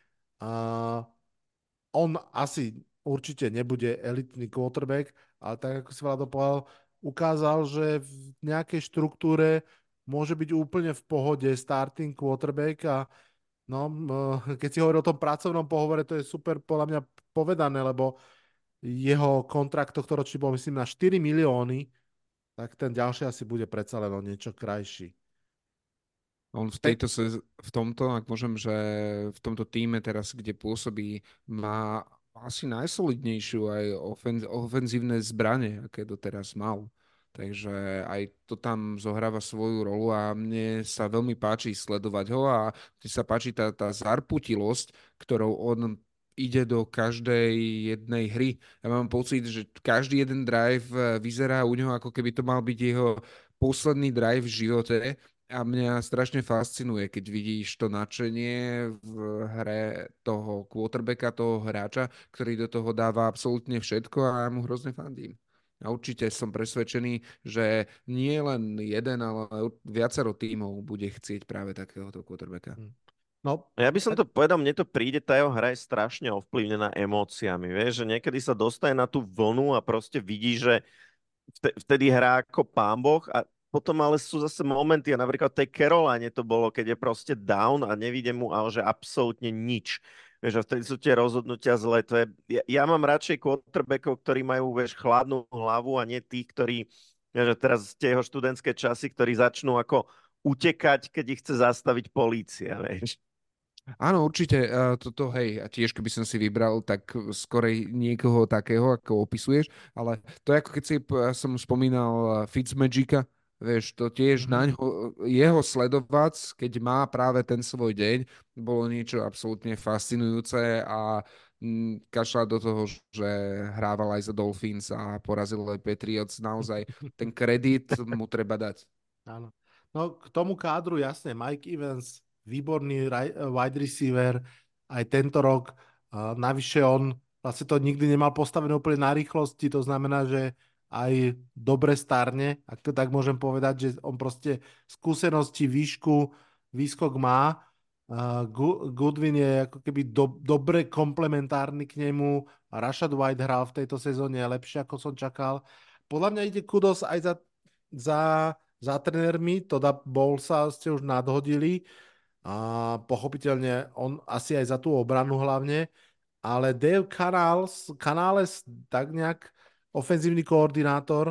On asi určite nebude elitný quarterback, ale tak ako si Vlado povedal, ukázal, že v nejakej štruktúre môže byť úplne v pohode starting quarterback a no, keď si hovorí o tom pracovnom pohovore, to je super podľa mňa povedané, lebo jeho kontrakt tohto ročný bol myslím na 4 milióny, tak ten ďalší asi bude predsa len o niečo krajší. On v tomto, ak môžem, že v tomto týme teraz, kde pôsobí, má asi najsolidnejšiu aj ofenzívne zbranie, aké doteraz mal. Takže aj to tam zohráva svoju rolu a mne sa veľmi páči sledovať ho a mne sa páči tá zarputilosť, ktorou on ide do každej jednej hry. Ja mám pocit, že každý jeden drive vyzerá u neho, ako keby to mal byť jeho posledný drive v živote. A mňa strašne fascinuje, keď vidíš to nadšenie v hre toho quarterbacka, toho hráča, ktorý do toho dáva absolútne všetko a ja mu hrozne fandím. A určite som presvedčený, že nie len jeden, ale viacero tímov bude chcieť práve takéhoto quarterbacka. No, ja by som to povedal, mne to príde, tá jeho hra je strašne ovplyvnená emóciami, vieš, že niekedy sa dostane na tú vlnu a proste vidí, že vtedy hrá ako pán Boh a potom ale sú zase momenty, a napríklad v tej Caroline to bolo, keď je proste down a nevidie mu ale že absolútne nič. Vieš, a vtedy sú tie rozhodnutia zlé. To je, ja mám radšej quarterbackov, ktorí majú, vieš, chladnú hlavu a nie tých, ktorí, vieš, teraz tie jeho študentské časy, ktorí začnú ako utekať, keď ich chce zastaviť polícia, vieš. Áno, určite. Toto, hej, a tiež keby som si vybral, tak skorej niekoho takého, ako opisuješ, ale to je ako keď som spomínal Fitzmagica, vieš, to tiež naňho, jeho sledovať, keď má práve ten svoj deň, bolo niečo absolútne fascinujúce a kašľať do toho, že hrával aj za Dolphins a porazil aj Patriots, naozaj ten kredit mu treba dať. Áno. No k tomu kádru jasne, Mike Evans, výborný wide receiver, aj tento rok. Navyše on vlastne to nikdy nemal postavené úplne na rýchlosti, to znamená, že aj dobre starne, ak to tak môžem povedať, že on proste skúsenosti, výšku, výskok má. Goodwin je ako keby dobre komplementárny k nemu. Rashad White hral v tejto sezóne lepšie, ako som čakal. Podľa mňa ide kudos aj za za trénermi, Toda Bowlesa ste už nadhodili a pochopiteľne on asi aj za tú obranu hlavne, ale Dave Canales tak nejak ofenzívny koordinátor,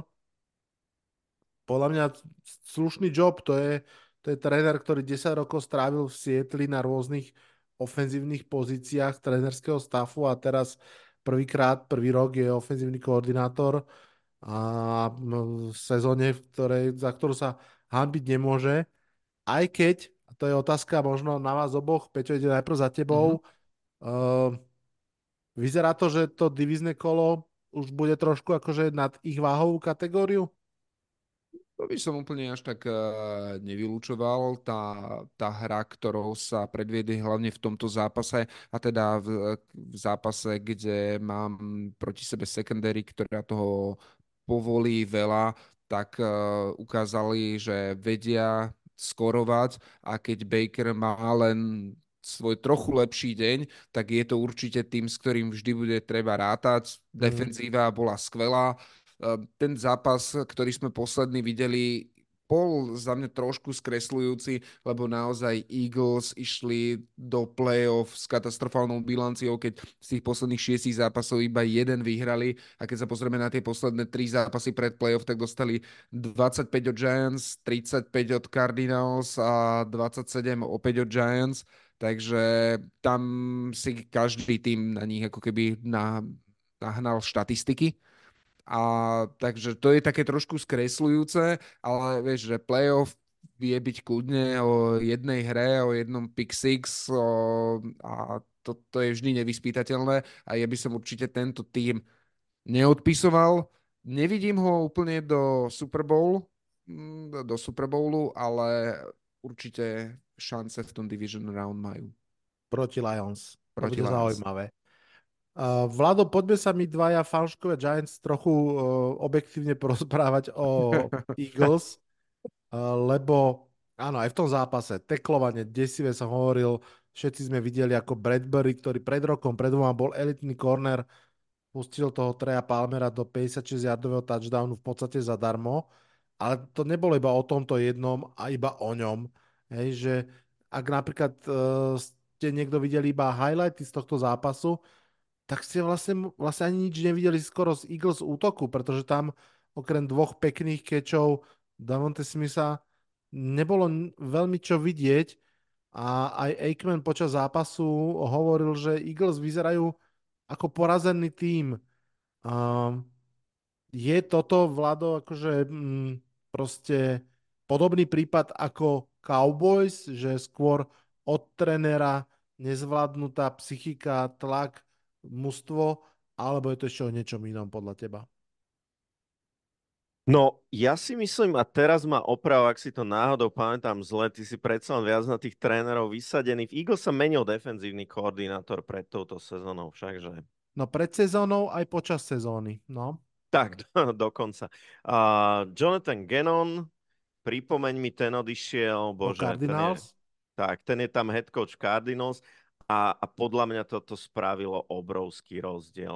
podľa mňa slušný job, to je tréner, ktorý 10 rokov strávil v Sietli na rôznych ofenzívnych pozíciách trénerského stafu a teraz prvý rok je ofenzívny koordinátor a v sezóne, za ktorú sa hanbiť nemôže. Aj keď, a to je otázka možno na vás oboch, Peťo, ide najprv za tebou, uh, vyzerá to, že to divízne kolo už bude trošku akože nad ich váhovú kategóriu? To by som úplne až tak nevylúčoval. Tá hra, ktorou sa predviedli hlavne v tomto zápase, a teda v zápase, kde mám proti sebe secondary, ktorá toho povolí veľa, tak ukázali, že vedia skorovať a keď Baker má len svoj trochu lepší deň, tak je to určite tým, s ktorým vždy bude treba rátať. Defenzíva bola skvelá. Ten zápas, ktorý sme posledný videli, bol za mňa trošku skresľujúci, lebo naozaj Eagles išli do play-off s katastrofálnou bilanciou, keď z tých posledných 6 zápasov iba jeden vyhrali a keď sa pozrieme na tie posledné 3 zápasy pred play-off, tak dostali 25 od Giants, 35 od Cardinals a 27 opäť od Giants, takže tam si každý tým na nich ako keby nahnal štatistiky. A takže to je také trošku skresľujúce, ale vieš, že playoff vie byť kľudne o jednej hre, o jednom pick six a to je vždy nevyspytateľné a ja by som určite tento tým neodpisoval. Nevidím ho úplne do Super Bowlu, ale určite šance v tom division round majú. Proti Lions. To Proti bude Lions. zaujímavé. Vlado, poďme sa my dvaja fanškové Giants trochu objektívne porozprávať o Eagles, lebo áno, aj v tom zápase teklovanie desivé som hovoril, všetci sme videli ako Bradbury, ktorý pred rokom, pred dvoma bol elitný corner, pustil toho Treja Palmera do 56-yardového touchdownu v podstate zadarmo, ale to nebolo iba o tomto jednom a iba o ňom. Hej, že ak napríklad ste niekto videli iba highlighty z tohto zápasu, tak ste vlastne ani nič nevideli skoro z Eagles útoku, pretože tam okrem dvoch pekných kečov Davonte Smitha nebolo veľmi čo vidieť a aj Aikman počas zápasu hovoril, že Eagles vyzerajú ako porazený tím. Je toto, Vlado, akože proste podobný prípad ako Cowboys, že skôr od trenera nezvládnutá psychika, tlak, mužstvo, alebo je to ešte o niečom inom podľa teba? No, ja si myslím, a teraz ma oprav, ak si to náhodou pamätám zle, ty si predsa len viac na tých trénerov vysadený. V Eagles sa menil defenzívny koordinátor pred touto sezónou, všakže. No pred sezónou aj počas sezóny, no. Tak, dokonca. Jonathan Gannon, pripomeň mi, ten odišiel, bože. Cardinals? Ten je tam head coach Cardinals a podľa mňa toto spravilo obrovský rozdiel.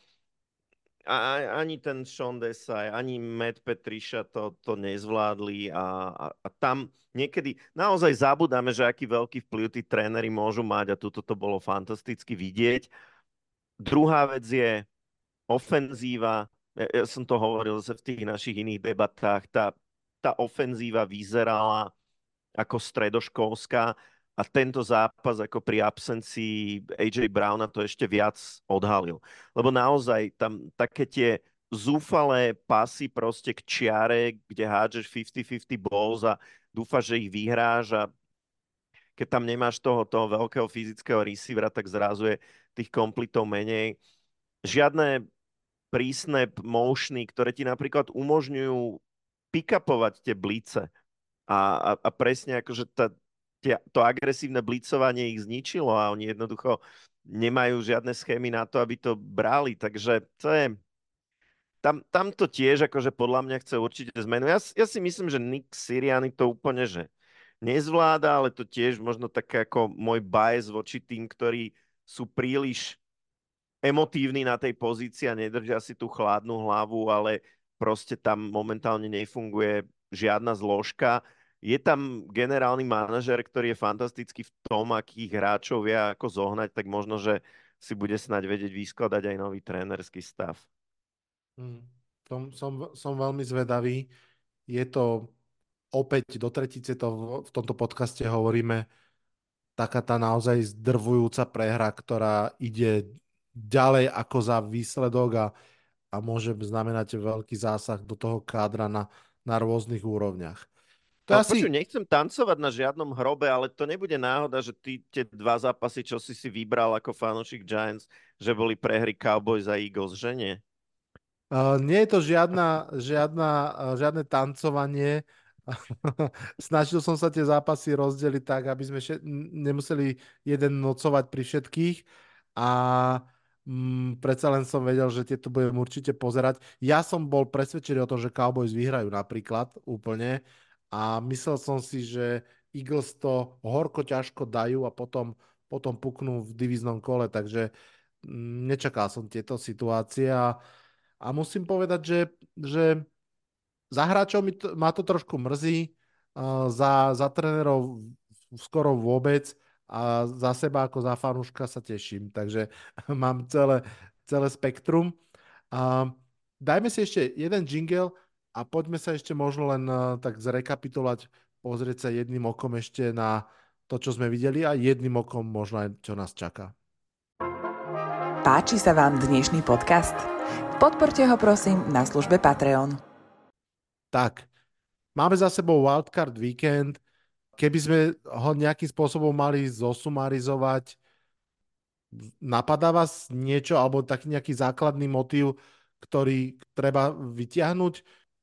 Ani ten Sean Desai, ani Matt Patricia to nezvládli a tam niekedy naozaj zabudáme, že aký veľký vplyv tí tréneri môžu mať a tuto to bolo fantasticky vidieť. Druhá vec je ofenzíva. Ja som to hovoril zase v tých našich iných debatách. Tá ofenzíva vyzerala ako stredoškolská A tento zápas ako pri absencii AJ Browna to ešte viac odhalil. Lebo naozaj tam také tie zúfalé pasy proste k čiare, kde hádžeš 50-50 balls a dúfaš, že ich vyhráš a keď tam nemáš toho veľkého fyzického receivera, tak zrazu je tých komplitov menej. Žiadne prísne motiony, ktoré ti napríklad umožňujú pick-upovať tie blice. A presne akože to agresívne blicovanie ich zničilo a oni jednoducho nemajú žiadne schémy na to, aby to brali. Takže to je... Tam to tiež akože podľa mňa chce určite zmenu. Ja si myslím, že Nick Sirianni to úplne že nezvláda, ale to tiež možno také ako môj bias voči tým, ktorí sú príliš emotívni na tej pozícii a nedržia si tú chladnú hlavu, ale proste tam momentálne nefunguje žiadna zložka. Je tam generálny manažer, ktorý je fantastický v tom, akých hráčov vie ako zohnať, tak možno, že si bude snať vedieť vyskladať aj nový trénerský stav. Som veľmi zvedavý. Je to opäť do tretice, v tomto podcaste hovoríme, taká tá naozaj zdrvujúca prehra, ktorá ide ďalej ako za výsledok a môže znamenať veľký zásah do toho kádra na rôznych úrovniach. To Ale asi... nechcem tancovať na žiadnom hrobe, ale to nebude náhoda, že tie dva zápasy, čo si vybral ako fanúšik Giants, že boli prehry Cowboys a Eagles, že nie? Nie je to žiadne tancovanie. Snažil som sa tie zápasy rozdeliť tak, aby sme nemuseli jeden nocovať pri všetkých a predsa len som vedel, že tieto budem určite pozerať. Ja som bol presvedčený o tom, že Cowboys vyhrajú napríklad úplne a myslel som si, že Eagles to horko ťažko dajú a potom puknú v divíznom kole, takže nečakal som tieto situácie a musím povedať, že za hráčov ma to trošku mrzí, za trénerov skoro vôbec a za seba ako za fanúška sa teším. Takže mám celé spektrum. Dajme si ešte jeden jingle a poďme sa ešte možno len tak zrekapitulovať, pozrieť sa jedným okom ešte na to, čo sme videli a jedným okom možno aj, čo nás čaká. Páči sa vám dnešný podcast? Podporte ho prosím na službe Patreon. Tak, máme za sebou Wildcard Weekend. Keby sme ho nejakým spôsobom mali zosumarizovať, napadá vás niečo alebo taký nejaký základný motív, ktorý treba vytiahnuť?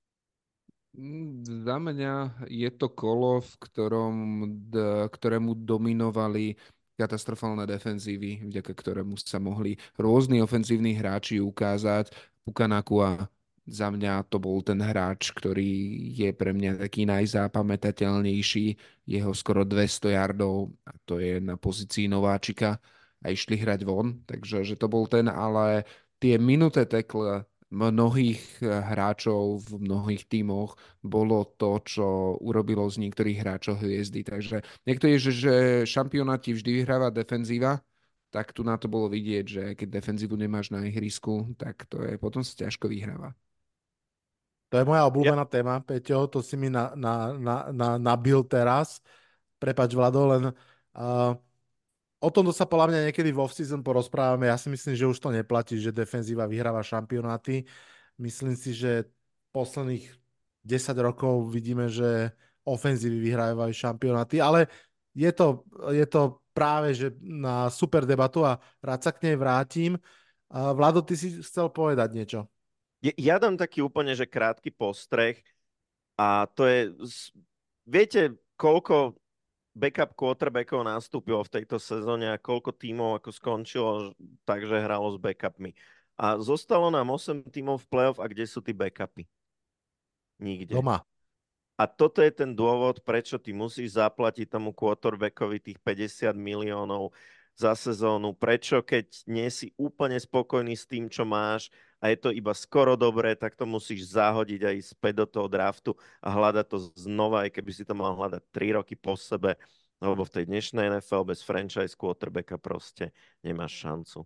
Za mňa je to kolo, v ktorému dominovali katastrofálne defenzívy, vďaka ktorému sa mohli rôzni ofenzívni hráči ukázať. Pukanakua, za mňa to bol ten hráč, ktorý je pre mňa taký najzápamätateľnejší. Jeho skoro 200 yardov, a to je na pozícii nováčika, a išli hrať von, takže že to bol ten, ale tie minuté tekle mnohých hráčov v mnohých tímoch bolo to, čo urobilo z niektorých hráčov hviezdy. Takže niekto je, že šampionáti vždy vyhráva defenzíva, tak tu na to bolo vidieť, že keď defenzívu nemáš na ihrisku, tak to je, potom sa ťažko vyhráva. To je moja obľúbená téma, Peťo, to si mi nabil teraz. Prepač, Vlado, len o tomto sa podľa mňa niekedy v off-season porozprávame. Ja si myslím, že už to neplatí, že defenzíva vyhráva šampionáty. Myslím si, že posledných 10 rokov vidíme, že ofenzívy vyhrávajú šampionáty, ale je to práve že na super debatu a rád sa k nej vrátim. Vlado, ty si chcel povedať niečo? Ja dám taký úplne, že krátky postreh a to je, viete, koľko backup quarterbackov nastúpilo v tejto sezóne a koľko tímov ako skončilo, takže hralo s backupmi. A zostalo nám 8 tímov v playoff a kde sú tí backupy? Nikde. Doma. A toto je ten dôvod, prečo ty musíš zaplatiť tomu quarterbackovi tých 50 miliónov za sezónu. Prečo, keď nie si úplne spokojný s tým, čo máš a je to iba skoro dobré, tak to musíš zahodiť aj späť do toho draftu a hľadať to znova, aj keby si to mal hľadať 3 roky po sebe, lebo v tej dnešnej NFL bez franchise quarterbacka proste nemáš šancu.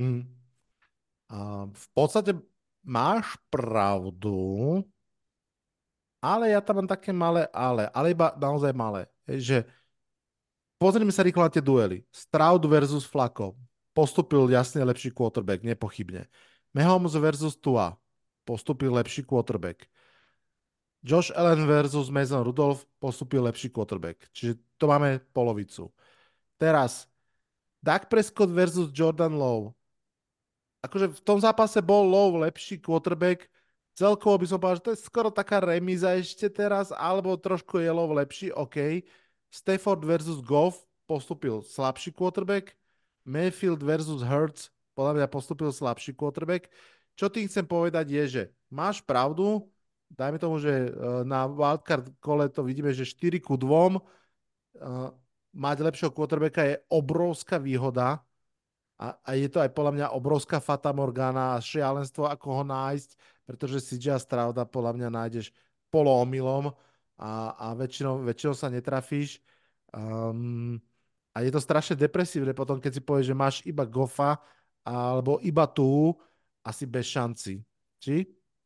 V podstate máš pravdu, ale ja tam mám také malé ale iba naozaj malé. Že Pozrime sa rýchlo na tie duely. Stroud versus Flacco. Postupil jasne lepší quarterback, nepochybne. Mahomes versus Tua. Postupil lepší quarterback. Josh Allen versus Mason Rudolph. Postupil lepší quarterback. Čiže to máme polovicu. Teraz Dak Prescott versus Jordan Love. Akože v tom zápase bol Love lepší quarterback. Celkovo by som povedal, že to je skoro taká remíza ešte teraz, alebo trošku je Love lepší, OK. Stafford versus Goff postupil slabší quarterback. Mayfield versus Hurts podľa mňa postupil slabší quarterback. Čo tým chcem povedať je, že máš pravdu, dajme tomu, že na wildcard kole to vidíme, že 4-2, mať lepšieho quarterbacka je obrovská výhoda, a je to aj podľa mňa obrovská fata morgana a šialenstvo, ako ho nájsť, pretože CJ Strouda podľa mňa nájdeš poloomylom a väčšinou sa netrafíš. A je to strašne depresívne potom, keď si povieš, že máš iba Goffa alebo iba tu, asi bez šanci. Či?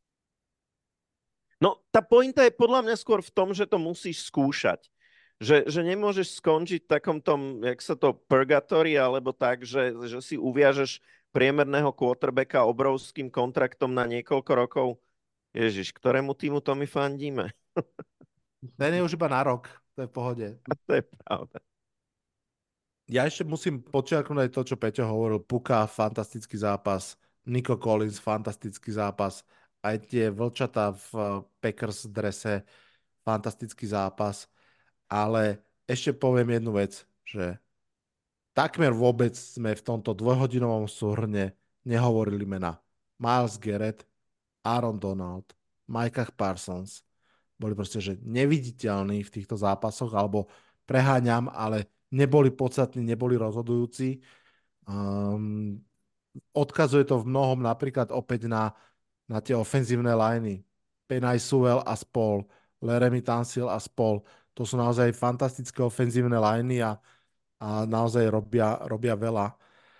No, tá pointa je podľa mňa skôr v tom, že to musíš skúšať. Že nemôžeš skončiť v takom tom, jak sa to, purgatory, alebo tak, že si uviažeš priemerného quarterbacka obrovským kontraktom na niekoľko rokov. Ježiš, ktorému týmu to my fandíme? Ten je už iba na rok, to je v pohode. To je pravda. Ja ešte musím podčiarknúť aj to, čo Peťo hovoril. Puka, fantastický zápas. Nico Collins, fantastický zápas. Aj tie vlčatá v Packers drese, fantastický zápas. Ale ešte poviem jednu vec, že takmer vôbec sme v tomto dvojhodinovom súhrne nehovorili mena. Myles Garrett, Aaron Donald, Micah Parsons boli proste, že neviditeľní v týchto zápasoch, alebo preháňam, ale neboli podstatní, neboli rozhodujúci. Odkazuje to v mnohom napríklad opäť na tie ofenzívne liney. Penny Sewell a spol, Laramie Tunsil a spol. To sú naozaj fantastické ofenzívne liney a naozaj robia veľa.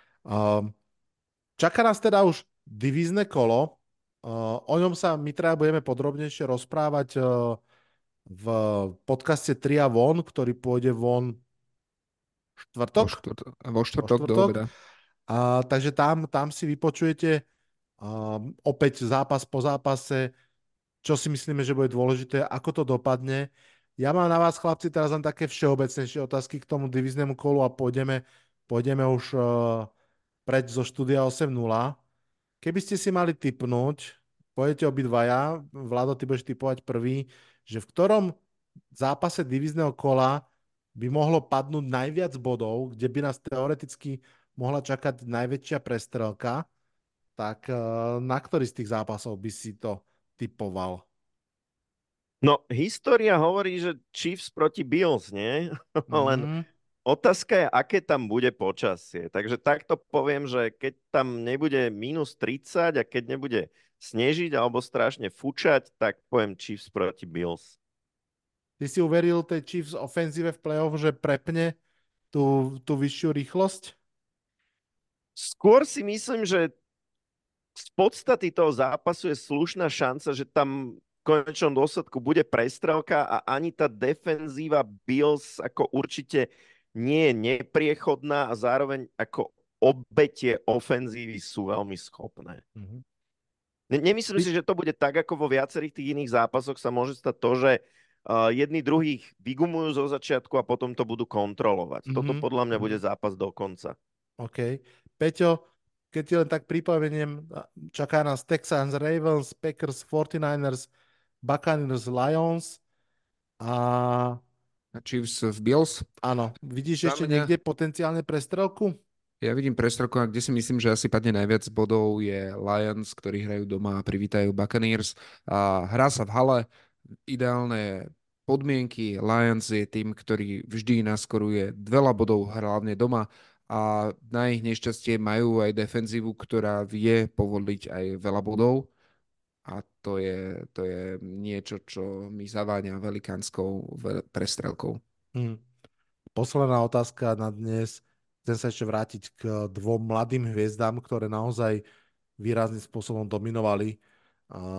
Čaká nás teda už divízne kolo. O ňom sa my teda budeme podrobnejšie rozprávať v podcaste 3 a von, ktorý pôjde von štvrtok? Vo štvrtok do obeda. Takže tam si vypočujete opäť zápas po zápase, čo si myslíme, že bude dôležité, ako to dopadne. Ja mám na vás, chlapci, teraz len také všeobecnejšie otázky k tomu divíznemu kolu a pôjdeme už preč zo štúdia 8.0. Keby ste si mali tipnúť, pôjdete obidvaja, Vlado, ty budeš tipovať prvý, že v ktorom zápase divízneho kola by mohlo padnúť najviac bodov, kde by nás teoreticky mohla čakať najväčšia prestrelka, tak na ktorý z tých zápasov by si to tipoval? No, história hovorí, že Chiefs proti Bills, nie? Len otázka je, aké tam bude počasie. Takže takto poviem, že keď tam nebude minus 30 a keď nebude snežiť alebo strašne fučať, tak poviem Chiefs proti Bills. Ty si uveril tej Chiefs ofenzíve v play-off, že prepne tú vyššiu rýchlosť? Skôr si myslím, že z podstaty toho zápasu je slušná šanca, že tam v konečnom dôsledku bude prestrelka a ani tá defenzíva Bills ako určite nie je nepriechodná a zároveň ako obetie ofenzívy sú veľmi schopné. Nemyslím si, že to bude tak, ako vo viacerých tých iných zápasoch sa môže stať to, že jedni druhých vygumujú zo začiatku a potom to budú kontrolovať. Toto podľa mňa bude zápas do konca. OK. Peťo, keď ti len tak pripomeniem, čaká nás Texans, Ravens, Packers, 49ers, Buccaneers, Lions a Chiefs v Bills. Áno. Vidíš ešte niekde potenciálne prestrelku? Ja vidím prestrelku, kde si myslím, že asi padne najviac bodov je Lions, ktorí hrajú doma a privítajú Buccaneers. A hrá sa v hale, ideálne podmienky. Lions je tým, ktorý vždy naskoruje veľa bodov, hlavne doma. A na ich nešťastie majú aj defenzívu, ktorá vie povoliť aj veľa bodov. A to je niečo, čo mi zaváňa velikánskou prestrelkou. Posledná otázka na dnes. Chcem sa ešte vrátiť k dvom mladým hviezdám, ktoré naozaj výrazným spôsobom dominovali.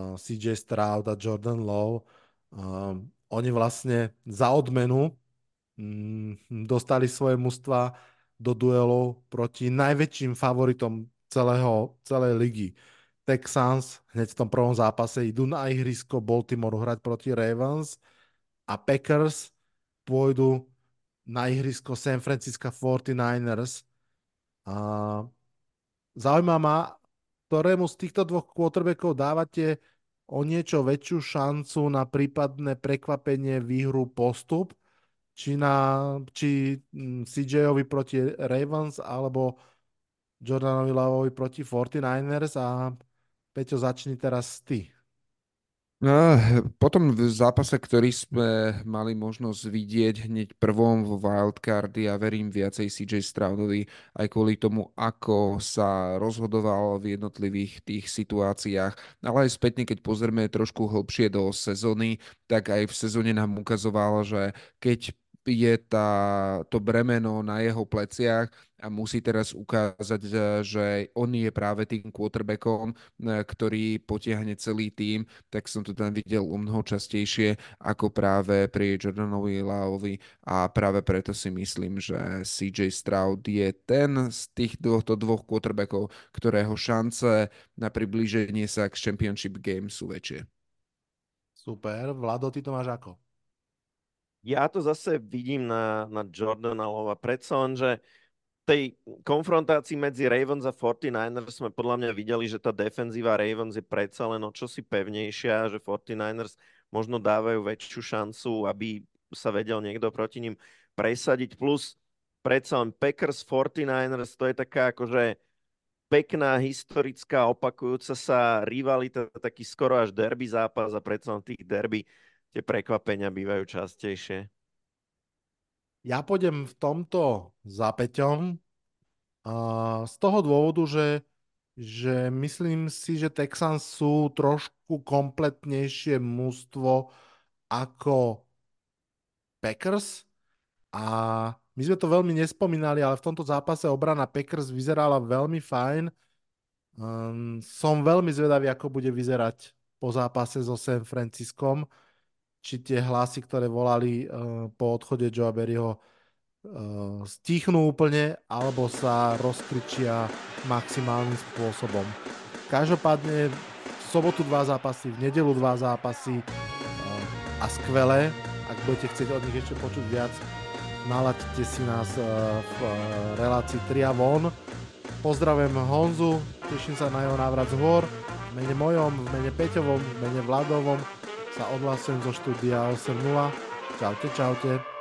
CJ Stroud a Jordan Love. Oni vlastne za odmenu dostali svoje mužstva do duelov proti najväčším favoritom celej ligy. Texans hneď v tom prvom zápase idú na ihrisko Baltimore hrať proti Ravens a Packers pôjdu na ihrisko San Francisco 49ers. A zaujíma ma, ktorému z týchto dvoch quarterbackov dávate o niečo väčšiu šancu na prípadné prekvapenie, výhru, postup, či CJ-ovi proti Ravens alebo Jordanovi Loveovi proti 49ers. A Peťo, začni teraz ty. No, potom v zápase, ktorý sme mali možnosť vidieť hneď prvom vo wildcardy, ja verím viacej CJ Stroudovi aj kvôli tomu, ako sa rozhodoval v jednotlivých tých situáciách, ale aj spätne, keď pozrieme trošku hlbšie do sezóny, tak aj v sezóne nám ukazoval, že keď je to bremeno na jeho pleciach a musí teraz ukázať, že on je práve tým quarterbackom, ktorý potiahne celý tím, tak som to tam videl o mnoho častejšie ako práve pri Jordanovi Loveovi a práve preto si myslím, že CJ Stroud je ten z týchto dvoch quarterbackov, ktorého šance na priblíženie sa k Championship Game sú väčšie. Super. Vlado, ty to máš ako? Ja to zase vidím na Jordana Lova. Predsa len, že v tej konfrontácii medzi Ravens a 49ers sme podľa mňa videli, že tá defenzíva Ravens je predsa len o čosi pevnejšia, že 49ers možno dávajú väčšiu šancu, aby sa vedel niekto proti ním presadiť. Plus predsa len Packers 49ers, to je taká akože pekná, historická, opakujúca sa rivalita, taký skoro až derby zápas a predsa len tých derby tie prekvapenia bývajú častejšie. Ja pôjdem v tomto za Peťom z toho dôvodu, že myslím si, že Texans sú trošku kompletnejšie mužstvo ako Packers a my sme to veľmi nespomínali, ale v tomto zápase obrana Packers vyzerala veľmi fajn. Som veľmi zvedavý, ako bude vyzerať po zápase so San Franciscom, či tie hlasy, ktoré volali po odchode Joea Barryho, stichnú úplne, alebo sa rozkričia maximálnym spôsobom. Každopádne v sobotu 2 zápasy, v nedelu 2 zápasy a skvelé. Ak budete chcieť od nich ešte počuť viac, nalaďte si nás v relácii 3 a von. Pozdravujem Honzu, teším sa na jeho návrat z hôr. V mene mojom, v mene Peťovom, v mene Vladovom sa odhlasujem zo štúdia 8.0. Čaute, čaute.